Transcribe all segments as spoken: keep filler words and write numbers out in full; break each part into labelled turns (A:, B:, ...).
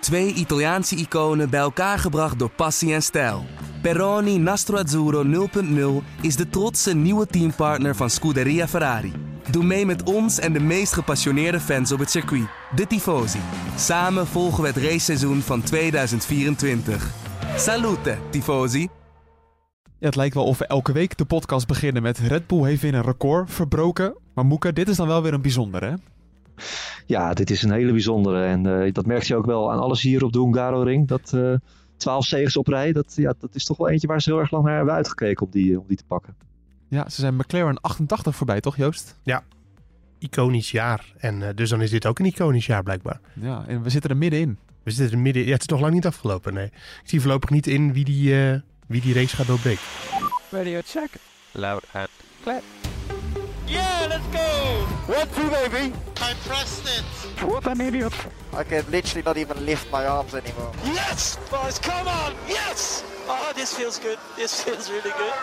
A: Twee Italiaanse iconen bij elkaar gebracht door passie en stijl. Peroni Nastro Azzurro nul punt nul is de trotse nieuwe teampartner van Scuderia Ferrari. Doe mee met ons en de meest gepassioneerde fans op het circuit, de Tifosi. Samen volgen we het raceseizoen van tweeduizend vierentwintig. Salute, Tifosi!
B: Ja, het lijkt wel of we elke week de podcast beginnen met Red Bull heeft weer een record verbroken. Maar Moeke, dit is dan wel weer een bijzondere, hè?
C: Ja, dit is een hele bijzondere. En uh, dat merk je ook wel aan alles hier op de Hungaroring. Dat uh, twaalf zegens op rij, dat, ja, dat is toch wel eentje waar ze heel erg lang naar hebben uitgekeken om die, om die te pakken.
B: Ja, ze zijn McLaren achtentachtig voorbij, toch Joost?
D: Ja, iconisch jaar. En uh, dus dan is dit ook een iconisch jaar blijkbaar.
B: Ja, en we zitten er middenin.
D: We zitten er midden. Ja, het is nog lang niet afgelopen, nee. Ik zie voorlopig niet in wie die, uh, wie die race gaat doorbreken.
E: Radio check. Loud and clear.
F: Yeah, let's go!
G: One, two, baby.
F: I pressed it.
E: What an idiot.
G: I can literally not even lift my arms anymore.
F: Yes, boys, come on! Yes! Oh, this feels good. This feels really good.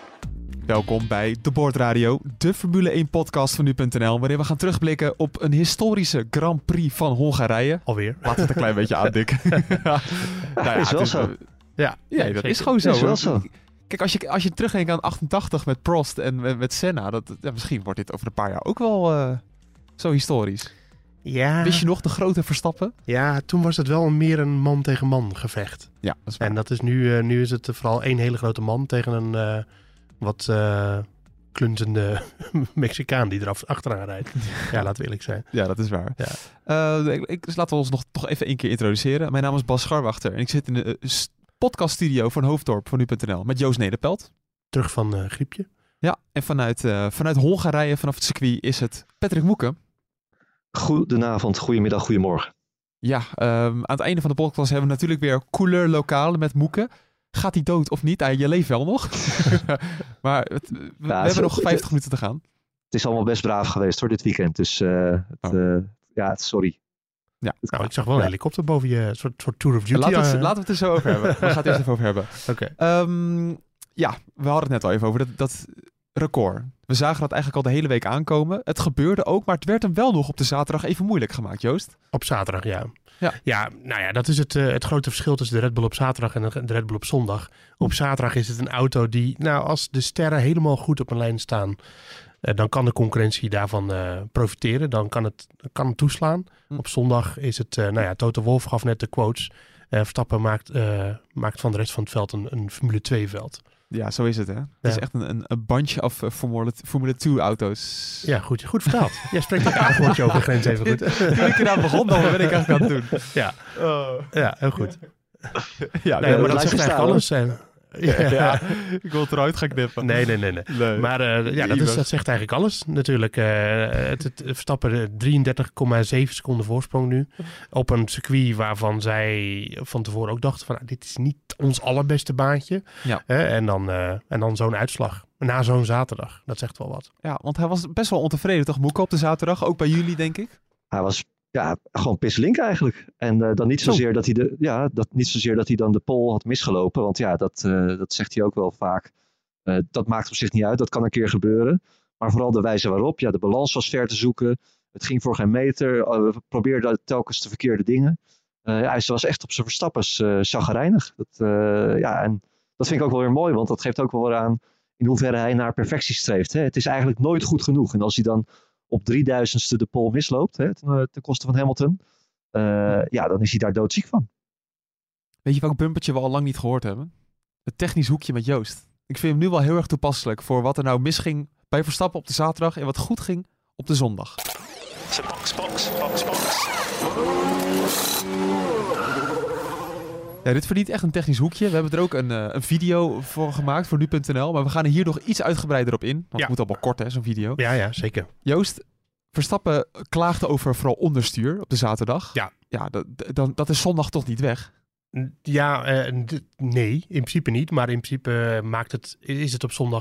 B: Welkom bij De Board Radio, de Formule één podcast van nu punt n l, waarin we gaan terugblikken op een historische Grand Prix van Hongarije.
D: Alweer.
B: Laten we het een klein beetje aandikken. ja. Nou ja,
C: is wel
B: is,
C: zo.
B: Ja, ja dat is gewoon zo.
C: Is wel zo.
B: Kijk, als je, als je terugdenkt aan achtentachtig met Prost en met, met Senna, dat, ja, misschien wordt dit over een paar jaar ook wel uh, zo historisch.
D: Ja.
B: Wist je nog de grote Verstappen?
D: Ja, toen was het wel meer een man tegen man gevecht.
B: Ja, dat is waar.
D: En dat is nu, uh, nu is het vooral één hele grote man tegen een uh, wat uh, klunzende Mexicaan die eraf achteraan rijdt. Ja, laten we eerlijk zijn.
B: Ja, dat is waar.
D: Ja.
B: Uh, ik, dus laten we ons nog toch even één keer introduceren. Mijn naam is Bas Scharwachter en ik zit in de uh, podcaststudio van Hoofddorp van nu punt n l met Joost Nederpelt.
D: Terug van uh, Griepje.
B: Ja, en vanuit, uh, vanuit Hongarije, vanaf het circuit, is het Patrick Moeke.
C: Goedenavond, goedemiddag, goedemorgen.
B: Ja, um, aan het einde van de podcast hebben we natuurlijk weer couleur lokale met Moeke. Gaat hij dood of niet? Ja, je leeft wel nog. maar het, we, ja, we hebben nog vijftig minuten te gaan.
C: Het is allemaal best braaf geweest hoor, dit weekend. Dus uh, het, uh, ja, sorry.
D: Ja, nou, ik zag wel een helikopter boven je, een soort, soort Tour of Duty.
B: Laten we, het, uh, laten we het er zo over hebben. We gaan het eerst even over hebben.
D: Oké. Okay.
B: Um, ja, we hadden het net al even over dat, dat record. We zagen dat eigenlijk al de hele week aankomen. Het gebeurde ook, maar het werd hem wel nog op de zaterdag even moeilijk gemaakt, Joost.
D: Op zaterdag, ja.
B: Ja,
D: ja nou ja, dat is het, uh, het grote verschil tussen de Red Bull op zaterdag en de Red Bull op zondag. Op zaterdag is het een auto die, nou, als de sterren helemaal goed op een lijn staan, uh, dan kan de concurrentie daarvan uh, profiteren. Dan kan het, kan het toeslaan. Hm. Op zondag is het, uh, nou ja, Toto Wolff gaf net de quotes. Uh, Verstappen maakt, uh, maakt van de rest van het veld een, een Formule twee veld.
B: Ja, zo is het, hè? Het
D: ja.
B: is echt een, een, een bandje af uh, Formule, Formule twee auto's.
D: Ja, goed, goed vertaald. Jij spreekt ook een woordje over de grens even goed.
B: Toen ik eraan begon, dan ben ik eigenlijk aan het doen.
D: Ja, uh. ja heel goed.
B: ja,
D: nee, maar dat zegt eigenlijk alles. En,
B: ja, ja, ik wil het eruit gaan knippen.
D: Nee, nee, nee. nee. nee. Maar uh, ja, dat, is, dat zegt eigenlijk alles natuurlijk. Uh, het, het Verstappen drieëndertig komma zeven seconden voorsprong nu. Op een circuit waarvan zij van tevoren ook dachten van, nou, dit is niet ons allerbeste baantje.
B: Ja.
D: Uh, en, dan, uh, en dan zo'n uitslag. Na zo'n zaterdag. Dat zegt wel wat.
B: Ja, want hij was best wel ontevreden toch, Moeke, op de zaterdag? Ook bij jullie, denk ik?
C: Hij was ja, gewoon pisselink eigenlijk. En uh, dan niet zozeer, dat hij de, ja, dat, niet zozeer dat hij dan de pole had misgelopen. Want ja, dat, uh, dat zegt hij ook wel vaak. Uh, dat maakt op zich niet uit. Dat kan een keer gebeuren. Maar vooral de wijze waarop. Ja, de balans was ver te zoeken. Het ging voor geen meter. Uh, we probeerden telkens de verkeerde dingen. Uh, ja, hij was echt op zijn Verstappers uh, chagrijnig. Dat, uh, ja, en dat vind ik ook wel weer mooi. Want dat geeft ook wel weer aan in hoeverre hij naar perfectie streeft. Hè. Het is eigenlijk nooit goed genoeg. En als hij dan op drieduizendste de pole misloopt, hè, ten, ten koste van Hamilton, uh, ja, dan is hij daar doodziek van.
B: Weet je welk bumpertje we al lang niet gehoord hebben? Het technisch hoekje met Joost. Ik vind hem nu wel heel erg toepasselijk voor wat er nou misging bij Verstappen op de zaterdag en wat goed ging op de zondag.
F: Box, box, box, box.
B: Ja, dit verdient echt een technisch hoekje. We hebben er ook een, uh, een video voor gemaakt voor nu punt n l. Maar we gaan er hier nog iets uitgebreider op in. Want ja. Het moet allemaal kort, hè, zo'n video.
D: Ja, ja, zeker.
B: Joost, Verstappen klaagde over vooral onderstuur op de zaterdag.
D: Ja.
B: Ja, dat, dat, dat is zondag toch niet weg?
D: Ja, uh, d- nee, in principe niet. Maar in principe maakt het, is het op zondag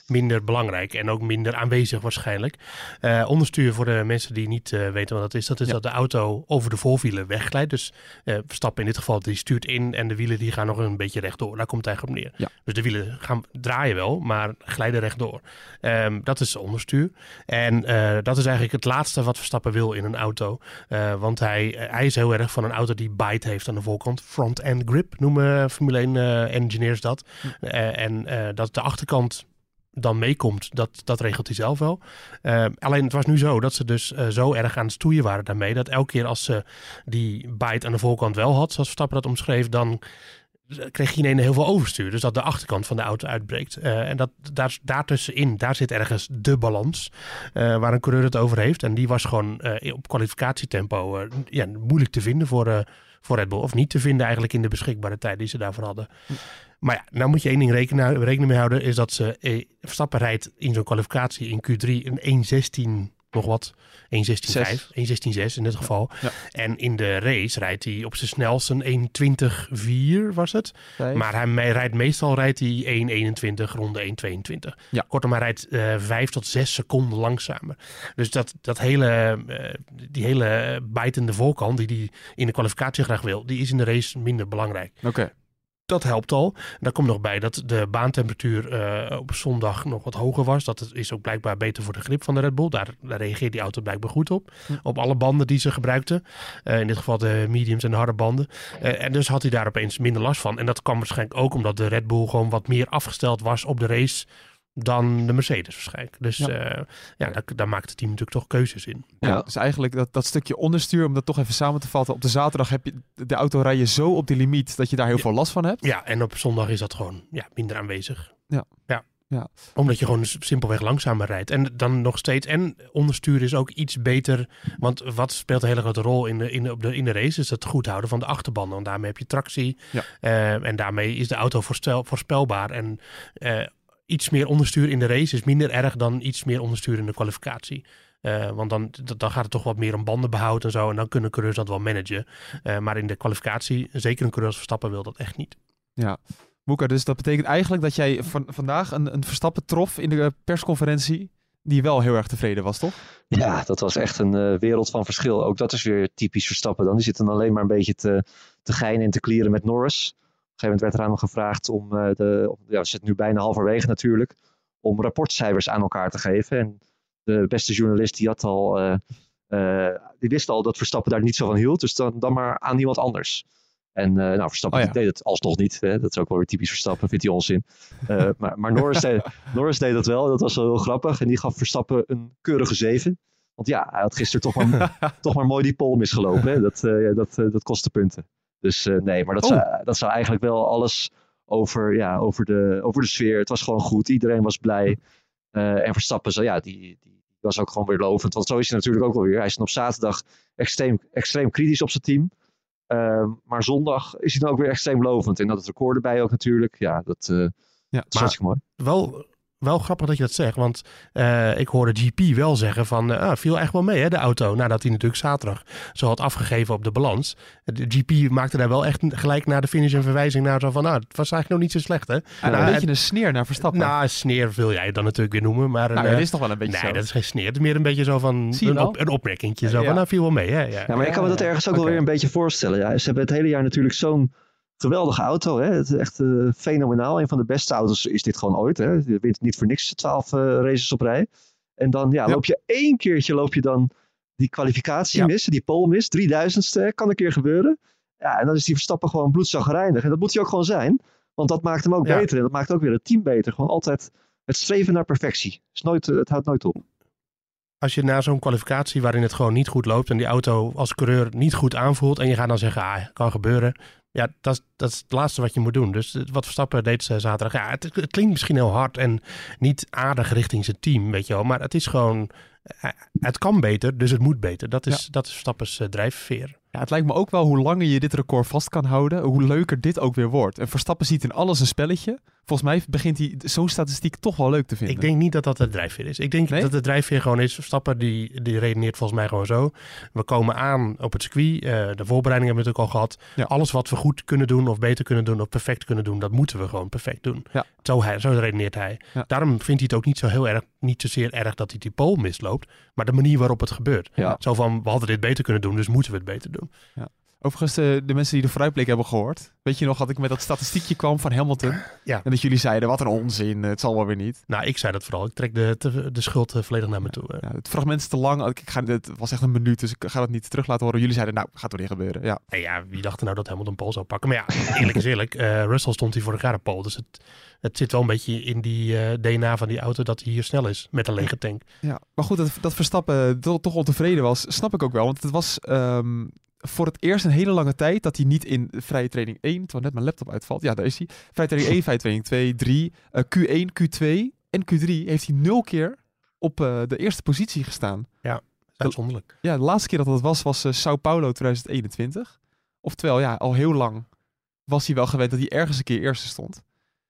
D: minder belangrijk en ook minder aanwezig waarschijnlijk. Uh, onderstuur voor de mensen die niet uh, weten wat dat is. Dat is ja. dat de auto over de voorwielen wegglijdt. Dus uh, Verstappen in dit geval, die stuurt in en de wielen die gaan nog een beetje rechtdoor. Daar komt het eigenlijk op neer. Ja. Dus de wielen gaan draaien wel, maar glijden rechtdoor. Um, dat is onderstuur. En uh, dat is eigenlijk het laatste wat Verstappen wil in een auto. Uh, want hij, hij is heel erg van een auto die bite heeft aan de voorkant. Front-end grip noemen Formule één uh, engineers dat. Hm. Uh, en uh, dat de achterkant dan meekomt, dat, dat regelt hij zelf wel. Uh, alleen het was nu zo dat ze dus uh, zo erg aan het stoeien waren daarmee, dat elke keer als ze die bite aan de voorkant wel had, zoals Verstappen dat omschreef, dan kreeg je ineens heel veel overstuur. Dus dat de achterkant van de auto uitbreekt. Uh, en dat, daar, daartussenin, daar zit ergens de balans uh, waar een coureur het over heeft. En die was gewoon uh, op kwalificatietempo uh, ja, moeilijk te vinden voor, uh, voor Red Bull. Of niet te vinden eigenlijk in de beschikbare tijd die ze daarvoor hadden. Hm. Maar ja, nou moet je één ding rekenen, rekening mee houden, is dat ze eh, Verstappen rijdt in zo'n kwalificatie in Q drie een één zestien nog wat, één zestien vijf, één zestien zes in dit geval. Ja, ja. En in de race rijdt hij op zijn snelst een één twintig vier was het. Vijf. Maar hij rijdt meestal rijdt hij één eenentwintig, ronde één tweeëntwintig. Ja. Kortom, hij rijdt uh, vijf tot zes seconden langzamer. Dus dat, dat hele, uh, die hele bijtende voorkant die hij in de kwalificatie graag wil, die is in de race minder belangrijk.
B: Oké. Okay.
D: Dat helpt al. En daar komt nog bij dat de baantemperatuur uh, op zondag nog wat hoger was. Dat is ook blijkbaar beter voor de grip van de Red Bull. Daar, daar reageert die auto blijkbaar goed op. Hm. Op alle banden die ze gebruikten. Uh, in dit geval de mediums en de harde banden. Uh, en dus had hij daar opeens minder last van. En dat kwam waarschijnlijk ook omdat de Red Bull gewoon wat meer afgesteld was op de race dan de Mercedes waarschijnlijk. Dus ja, uh, ja daar, daar maakt het team natuurlijk toch keuzes in.
B: Ja, ja. Dus eigenlijk dat, dat stukje onderstuur, om dat toch even samen te vatten. Op de zaterdag heb je de auto rijden zo op die limiet dat je daar heel ja. veel last van hebt.
D: Ja, en op zondag is dat gewoon ja, minder aanwezig.
B: Ja.
D: Ja. Ja. Omdat je gewoon simpelweg langzamer rijdt. En dan nog steeds. En onderstuur is ook iets beter. Want wat speelt een hele grote rol in de, in de, op de, in de race? Is het goed houden van de achterbanden. Want daarmee heb je tractie. Ja. Uh, en daarmee is de auto voorstel, voorspelbaar. En uh, iets meer onderstuur in de race is minder erg dan iets meer onderstuur in de kwalificatie. Uh, want dan, dan gaat het toch wat meer om bandenbehoud en zo. En dan kunnen coureurs dat wel managen. Uh, maar in de kwalificatie, zeker een coureur als Verstappen, wil dat echt niet.
B: Ja, Moeka, dus dat betekent eigenlijk dat jij van, vandaag een, een Verstappen trof in de persconferentie die wel heel erg tevreden was, toch?
C: Ja, dat was echt een uh, wereld van verschil. Ook dat is weer typisch Verstappen dan. Die zit dan alleen maar een beetje te, te geinen en te klieren met Norris. Op een gegeven moment werd er aan hem gevraagd om, uh, de, ja, we zitten nu bijna halverwege natuurlijk, om rapportcijfers aan elkaar te geven. En de beste journalist die had al, uh, uh, die wist al dat Verstappen daar niet zo van hield. Dus dan, dan maar aan iemand anders. En uh, nou, Verstappen oh ja. deed het alsnog niet. Hè? Dat is ook wel weer typisch Verstappen, vindt hij onzin. Uh, maar maar Norris, deed, Norris deed dat wel. Dat was wel heel grappig. En die gaf Verstappen een keurige zeven. Want ja, hij had gisteren toch maar, toch maar mooi die pole misgelopen. Hè? Dat, uh, dat, uh, dat kostte punten. Dus uh, nee, maar dat, oh. zou, dat zou eigenlijk wel alles over, ja, over, de, over de sfeer. Het was gewoon goed. Iedereen was blij. Uh, en Verstappen, zo, ja, die, die was ook gewoon weer lovend. Want zo is hij natuurlijk ook wel weer. Hij is op zaterdag extreem, extreem kritisch op zijn team. Uh, maar zondag is hij dan ook weer extreem lovend. En dat het record erbij ook natuurlijk. Ja, dat, uh, ja, dat is hartstikke mooi.
D: Wel, wel grappig dat je dat zegt. Want uh, ik hoorde G P wel zeggen van... Uh, ah, viel echt wel mee, hè, de auto. Nadat hij natuurlijk zaterdag zo had afgegeven op de balans. De G P maakte daar wel echt gelijk na de finish een verwijzing naar. Zo van, nou, het was eigenlijk nog niet zo slecht, hè.
B: Ja, nou, een beetje een sneer naar Verstappen.
D: Nou, een sneer wil jij dan natuurlijk weer noemen. Maar
B: nou,
D: een,
B: dat is toch wel een beetje
D: nee,
B: zo.
D: Nee, dat is geen sneer. Het is meer een beetje zo van een, op, een opmerkingje. Zo ja. van, nou, viel wel mee, hè. Ja,
C: ja maar ik kan me dat ergens ook okay. wel weer een beetje voorstellen. Ja. Ze hebben het hele jaar natuurlijk zo'n geweldige auto, hè? Het is echt uh, fenomenaal. Een van de beste auto's is dit gewoon ooit. Hè? Je wint niet voor niks twaalf uh, races op rij. En dan ja, ja. loop je één keertje loop je dan die kwalificatie ja. mis, die pole mis, drieduizendste, kan een keer gebeuren. Ja, en dan is die Verstappen gewoon bloedzagrijnig. En dat moet hij ook gewoon zijn, want dat maakt hem ook ja. beter. En dat maakt ook weer het team beter. Gewoon altijd het streven naar perfectie. Is nooit, het houdt nooit op.
D: Als je na zo'n kwalificatie waarin het gewoon niet goed loopt en die auto als coureur niet goed aanvoelt en je gaat dan zeggen, ah, kan gebeuren. Ja, dat is, dat is het laatste wat je moet doen. Dus wat Verstappen deed zaterdag. Ja, het, het klinkt misschien heel hard en niet aardig richting zijn team, weet je wel. Maar het is gewoon, het kan beter, dus het moet beter. Dat is, ja. dat is Verstappens uh, drijfveer.
B: Ja, het lijkt me ook wel hoe langer je dit record vast kan houden, hoe leuker dit ook weer wordt. En Verstappen ziet in alles een spelletje. volgens mij begint hij zo'n statistiek toch wel leuk te vinden.
D: Ik denk niet dat dat de drijfveer is. Ik denk
B: Nee?
D: dat de drijfveer gewoon is. Verstappen die, die redeneert volgens mij gewoon zo. We komen aan op het circuit. Uh, de voorbereiding hebben we natuurlijk al gehad.
B: Ja.
D: Alles wat we goed kunnen doen of beter kunnen doen of perfect kunnen doen, dat moeten we gewoon perfect doen.
B: Ja.
D: Zo, hij, zo redeneert hij.
B: Ja.
D: Daarom vindt hij het ook niet zo heel erg, niet zozeer erg dat hij die pole misloopt, maar de manier waarop het gebeurt.
C: Ja.
D: Zo van, we hadden dit beter kunnen doen, dus moeten we het beter doen.
B: Overigens, de, de mensen die de vooruitblik hebben gehoord. Weet je nog dat ik met dat statistiekje kwam van Hamilton?
D: Ja.
B: En dat jullie zeiden, wat een onzin, het zal wel weer niet.
D: Nou, ik zei dat vooral. Ik trek de, de, de schuld uh, volledig naar me toe. Uh.
B: Ja, het fragment is te lang. Ik ga, het was echt een minuut, dus ik ga dat niet terug laten horen. Jullie zeiden, nou, gaat toch niet gebeuren. Ja.
D: En ja, wie dacht er nou dat Hamilton pole zou pakken? Maar ja, eerlijk is eerlijk. Uh, Russell stond hier vorig jaar op pole. Dus het, het zit wel een beetje in die uh, D N A van die auto dat hij hier snel is met een lege tank.
B: Ja, maar goed, dat, dat Verstappen to, toch ontevreden was, snap ik ook wel. Want het was um, voor het eerst een hele lange tijd dat hij niet in vrije training één, terwijl net mijn laptop uitvalt. Ja, daar is hij. Vrije training één, vrije training twee, drie, uh, Q één, Q twee en Q drie heeft hij nul keer op uh, de eerste positie gestaan.
D: Ja, uitzonderlijk.
B: Ja, de laatste keer dat dat was, was uh, Sao Paulo twintig eenentwintig. Oftewel, ja, al heel lang was hij wel gewend dat hij ergens een keer eerste stond.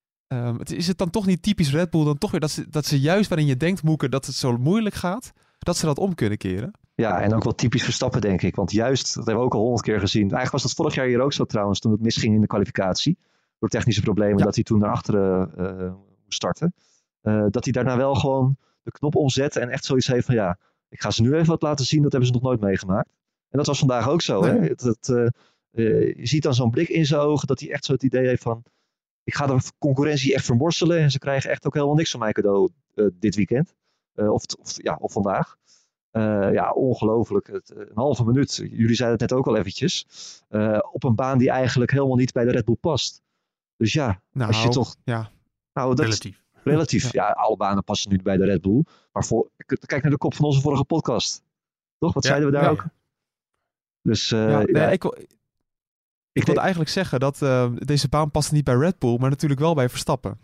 B: Um, het, is het dan toch niet typisch Red Bull dan toch weer dat ze, dat ze juist waarin je denkt, Moeke, dat het zo moeilijk gaat, dat ze dat om kunnen keren?
C: Ja, en ook wel typisch Verstappen, denk ik. Want juist, dat hebben we ook al honderd keer gezien. Eigenlijk was dat vorig jaar hier ook zo trouwens, toen het misging in de kwalificatie. Door technische problemen,
B: Ja. dat
C: hij toen naar achteren uh, moest starten. Uh, dat hij daarna wel gewoon de knop omzette en echt zoiets heeft van ja, ik ga ze nu even wat laten zien, dat hebben ze nog nooit meegemaakt. En dat was vandaag ook zo.
B: Nee.
C: Hè? Het, het, uh, uh, je ziet dan zo'n blik in zijn ogen, dat hij echt zo het idee heeft van ik ga de concurrentie echt vermorselen en ze krijgen echt ook helemaal niks van mij cadeau uh, dit weekend. Uh, of, of, ja, of vandaag. Uh, ja, ongelooflijk. Het, een halve minuut. Jullie zeiden het net ook al eventjes. Uh, op een baan die eigenlijk helemaal niet bij de Red Bull past. Dus ja,
B: nou,
C: als je toch...
B: Ja.
C: Nou, dat,
D: Relatief.
C: Relatief. Ja. ja, alle banen passen nu bij de Red Bull. Maar voor, kijk naar de kop van onze vorige podcast. Toch? Wat
D: Ja,
C: zeiden we daar
D: ja.
C: ook? Dus uh,
B: Ja, nee,
C: ja,
B: ik, wil- ik,
C: ik
B: wilde
C: denk,
B: eigenlijk zeggen dat uh, deze baan paste niet bij Red Bull, maar natuurlijk wel bij Verstappen.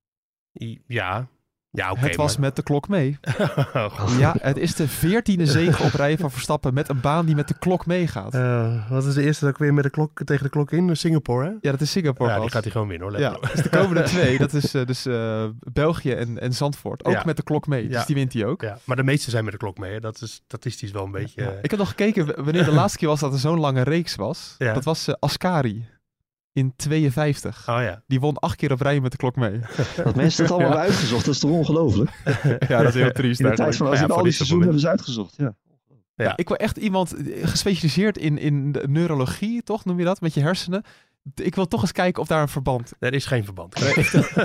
D: Ja, ja oké.
B: het was
D: maar...
B: met de klok mee.
D: Oh, goed.
B: Ja, het is de veertiende zege op rij van Verstappen met een baan die met de klok meegaat.
D: Uh, wat is de eerste dat ik weer met de klok tegen de klok in? Singapore, hè?
B: Ja, dat is Singapore.
D: Ja, die
B: was.
D: gaat hij gewoon winnen, hoor.
B: Ja,
D: Let maar op.
B: dus de komende twee, dat is uh, dus uh, België en, en Zandvoort. Ook
D: Ja.
B: met de klok mee, dus
D: Ja.
B: die wint hij ook.
D: Ja, maar de meeste zijn met de klok mee, hè? Dat is statistisch wel een beetje...
B: Ja.
D: uh,
B: Ik heb nog gekeken w- wanneer de laatste keer was dat er zo'n lange reeks was.
D: Ja.
B: Dat was uh, Ascari in tweeënvijftig.
D: Oh ja.
B: Die won acht keer op rij met de klok mee.
C: dat mensen het allemaal
B: Ja.
C: hebben uitgezocht. Dat is toch ongelooflijk?
B: Ja, dat is heel triest.
C: In de tijd
B: eigenlijk.
C: van als
D: Ja,
C: in
D: voor
C: al die
D: dit soort
C: seizoenen hebben
D: momenten.
C: ze uitgezocht. Ja.
D: Ja.
B: Ja, ik wil echt iemand eh, gespecialiseerd in, in de neurologie, toch? Noem je dat? Met je hersenen. Ik wil toch eens kijken of daar een verband...
D: Er is geen verband.
B: Nee,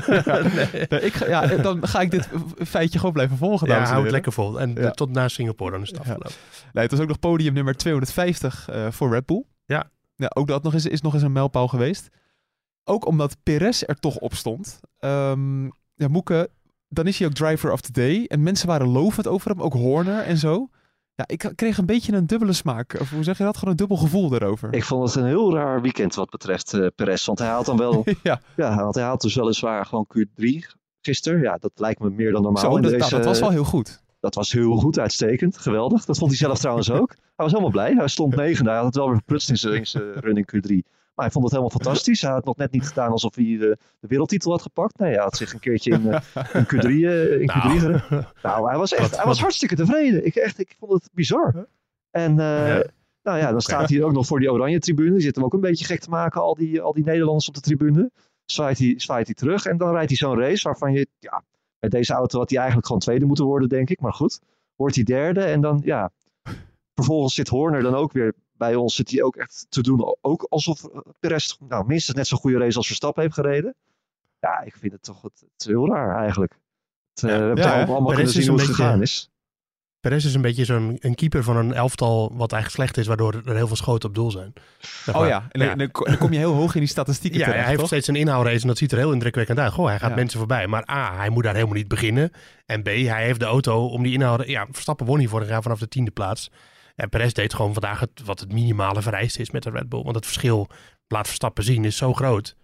B: Nee, ik ga, ja, dan ga ik dit feitje gewoon blijven volgen,
D: Ja,
B: dames en
D: hou het
B: heren.
D: lekker vol. En
B: Ja.
D: tot na Singapore dan is het
B: Ja.
D: afgelopen.
B: Nee, het was ook nog podium nummer tweehonderdvijftig uh, voor Red Bull.
D: Ja.
B: Ja, ook dat nog eens, is nog eens een mijlpaal geweest. Ook omdat Perez er toch op stond. Um, ja, Moeke, dan is hij ook driver of the day. En mensen waren lovend over hem, ook Horner en zo. Ja, ik kreeg een beetje een dubbele smaak. Of hoe zeg je dat? Gewoon een dubbel gevoel erover.
C: Ik vond het een heel raar weekend wat betreft uh, Perez. Want hij haalt dan wel...
B: ja,
C: ja, want hij haalt dus weliswaar gewoon Q drie gisteren. Ja, dat lijkt me meer dan normaal.
B: zo,
C: in
B: dat,
C: deze,
B: nou, dat was wel heel goed.
C: Dat was heel goed, uitstekend, geweldig. Dat vond hij zelf trouwens ook. Hij was helemaal blij. Hij stond negende. Hij had het wel weer verprutst in zijn, in zijn run in Q drie. Maar hij vond het helemaal fantastisch. Hij had nog net niet gedaan alsof hij de, de wereldtitel had gepakt. Nee, hij had zich een keertje in, uh, in Q drie, uh, in Q drie gereden.
D: Nou,
C: Nou, hij was echt,
D: Wat-
C: hij was
D: wat-
C: hartstikke tevreden. Ik, echt, ik vond het bizar. En uh,
D: Ja.
C: nou ja, dan staat hij ook nog voor die oranje tribune. Die zit hem ook een beetje gek te maken, al die, al die Nederlanders op de tribune. Zwaait hij, zwaait hij terug en dan rijdt hij zo'n race waarvan je, ja, met deze auto had hij eigenlijk gewoon tweede moeten worden, denk ik. Maar goed, wordt hij derde en dan, ja, vervolgens zit Horner dan ook weer bij ons. Zit hij ook echt te doen, ook alsof Perez nou, minstens net zo'n goede race als Verstappen heeft gereden. Ja, ik vind het toch het, het is heel raar eigenlijk. Het, uh,
D: Ja.
C: we hebben
B: Ja,
C: het
B: hè?
C: allemaal
D: Perez
C: kunnen
D: is
C: zien hoe
D: een
C: het
D: beetje-
C: gegaan is.
D: Perez is een beetje zo'n een keeper van een elftal wat eigenlijk slecht is, waardoor er heel veel schoten op doel zijn. Zeg
B: Oh
D: maar.
B: ja, en dan, dan ko- dan kom je heel hoog in die statistieken
D: Ja,
B: terecht,
D: hij heeft
B: toch?
D: steeds een inhaalrace en dat ziet er heel indrukwekkend uit. Goh, hij gaat
B: Ja.
D: mensen voorbij. Maar A, hij moet daar helemaal niet beginnen. En B, hij heeft de auto om die inhaal... Ja, Verstappen won hier vorig jaar vanaf de tiende plaats. En Perez deed gewoon vandaag het, wat het minimale vereist is met de Red Bull. Want het verschil, laat Verstappen zien, is zo groot.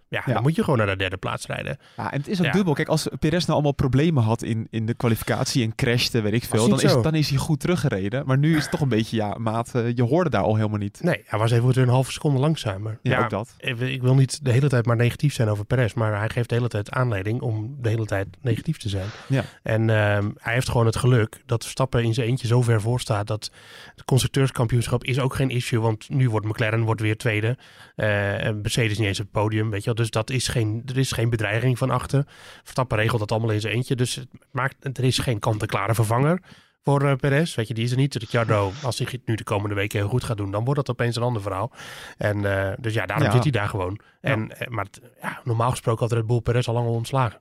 D: Ja,
B: Ja.
D: dan moet je gewoon naar de derde plaats rijden.
B: Ja, en het is ook
D: Ja.
B: dubbel. Kijk, als Perez nou allemaal problemen had in, in de kwalificatie en crashte, weet ik veel,
D: niet
B: dan is,
D: zo.
B: dan is hij goed teruggereden. Maar nu is het toch een beetje, ja, maat, uh, je hoorde daar al helemaal niet.
D: Nee, hij was even een halve seconde langzamer.
B: Ja, ook dat.
D: Even, ik wil niet de hele tijd maar negatief zijn over Perez, maar hij geeft de hele tijd aanleiding om de hele tijd negatief te zijn.
B: Ja.
D: En uh, hij heeft gewoon het geluk dat Verstappen in zijn eentje zo ver voor staat dat het constructeurskampioenschap is ook geen issue, want nu wordt McLaren wordt weer tweede. Uh, Mercedes niet eens op het podium, weet je wel. Dus dat is geen, er is geen bedreiging van achter. Verstappen regelt dat allemaal in zijn eentje, dus het maakt, er is geen kant-en-klare vervanger voor uh, Perez. Weet je, die is er niet. Ricciardo, als hij nu de komende weken heel goed gaat doen, dan wordt dat opeens een ander verhaal. En uh, dus ja, daarom
B: Ja.
D: zit hij daar gewoon. En,
B: Ja.
D: uh, maar het, ja, normaal gesproken had Red Bull Perez al lang al ontslagen.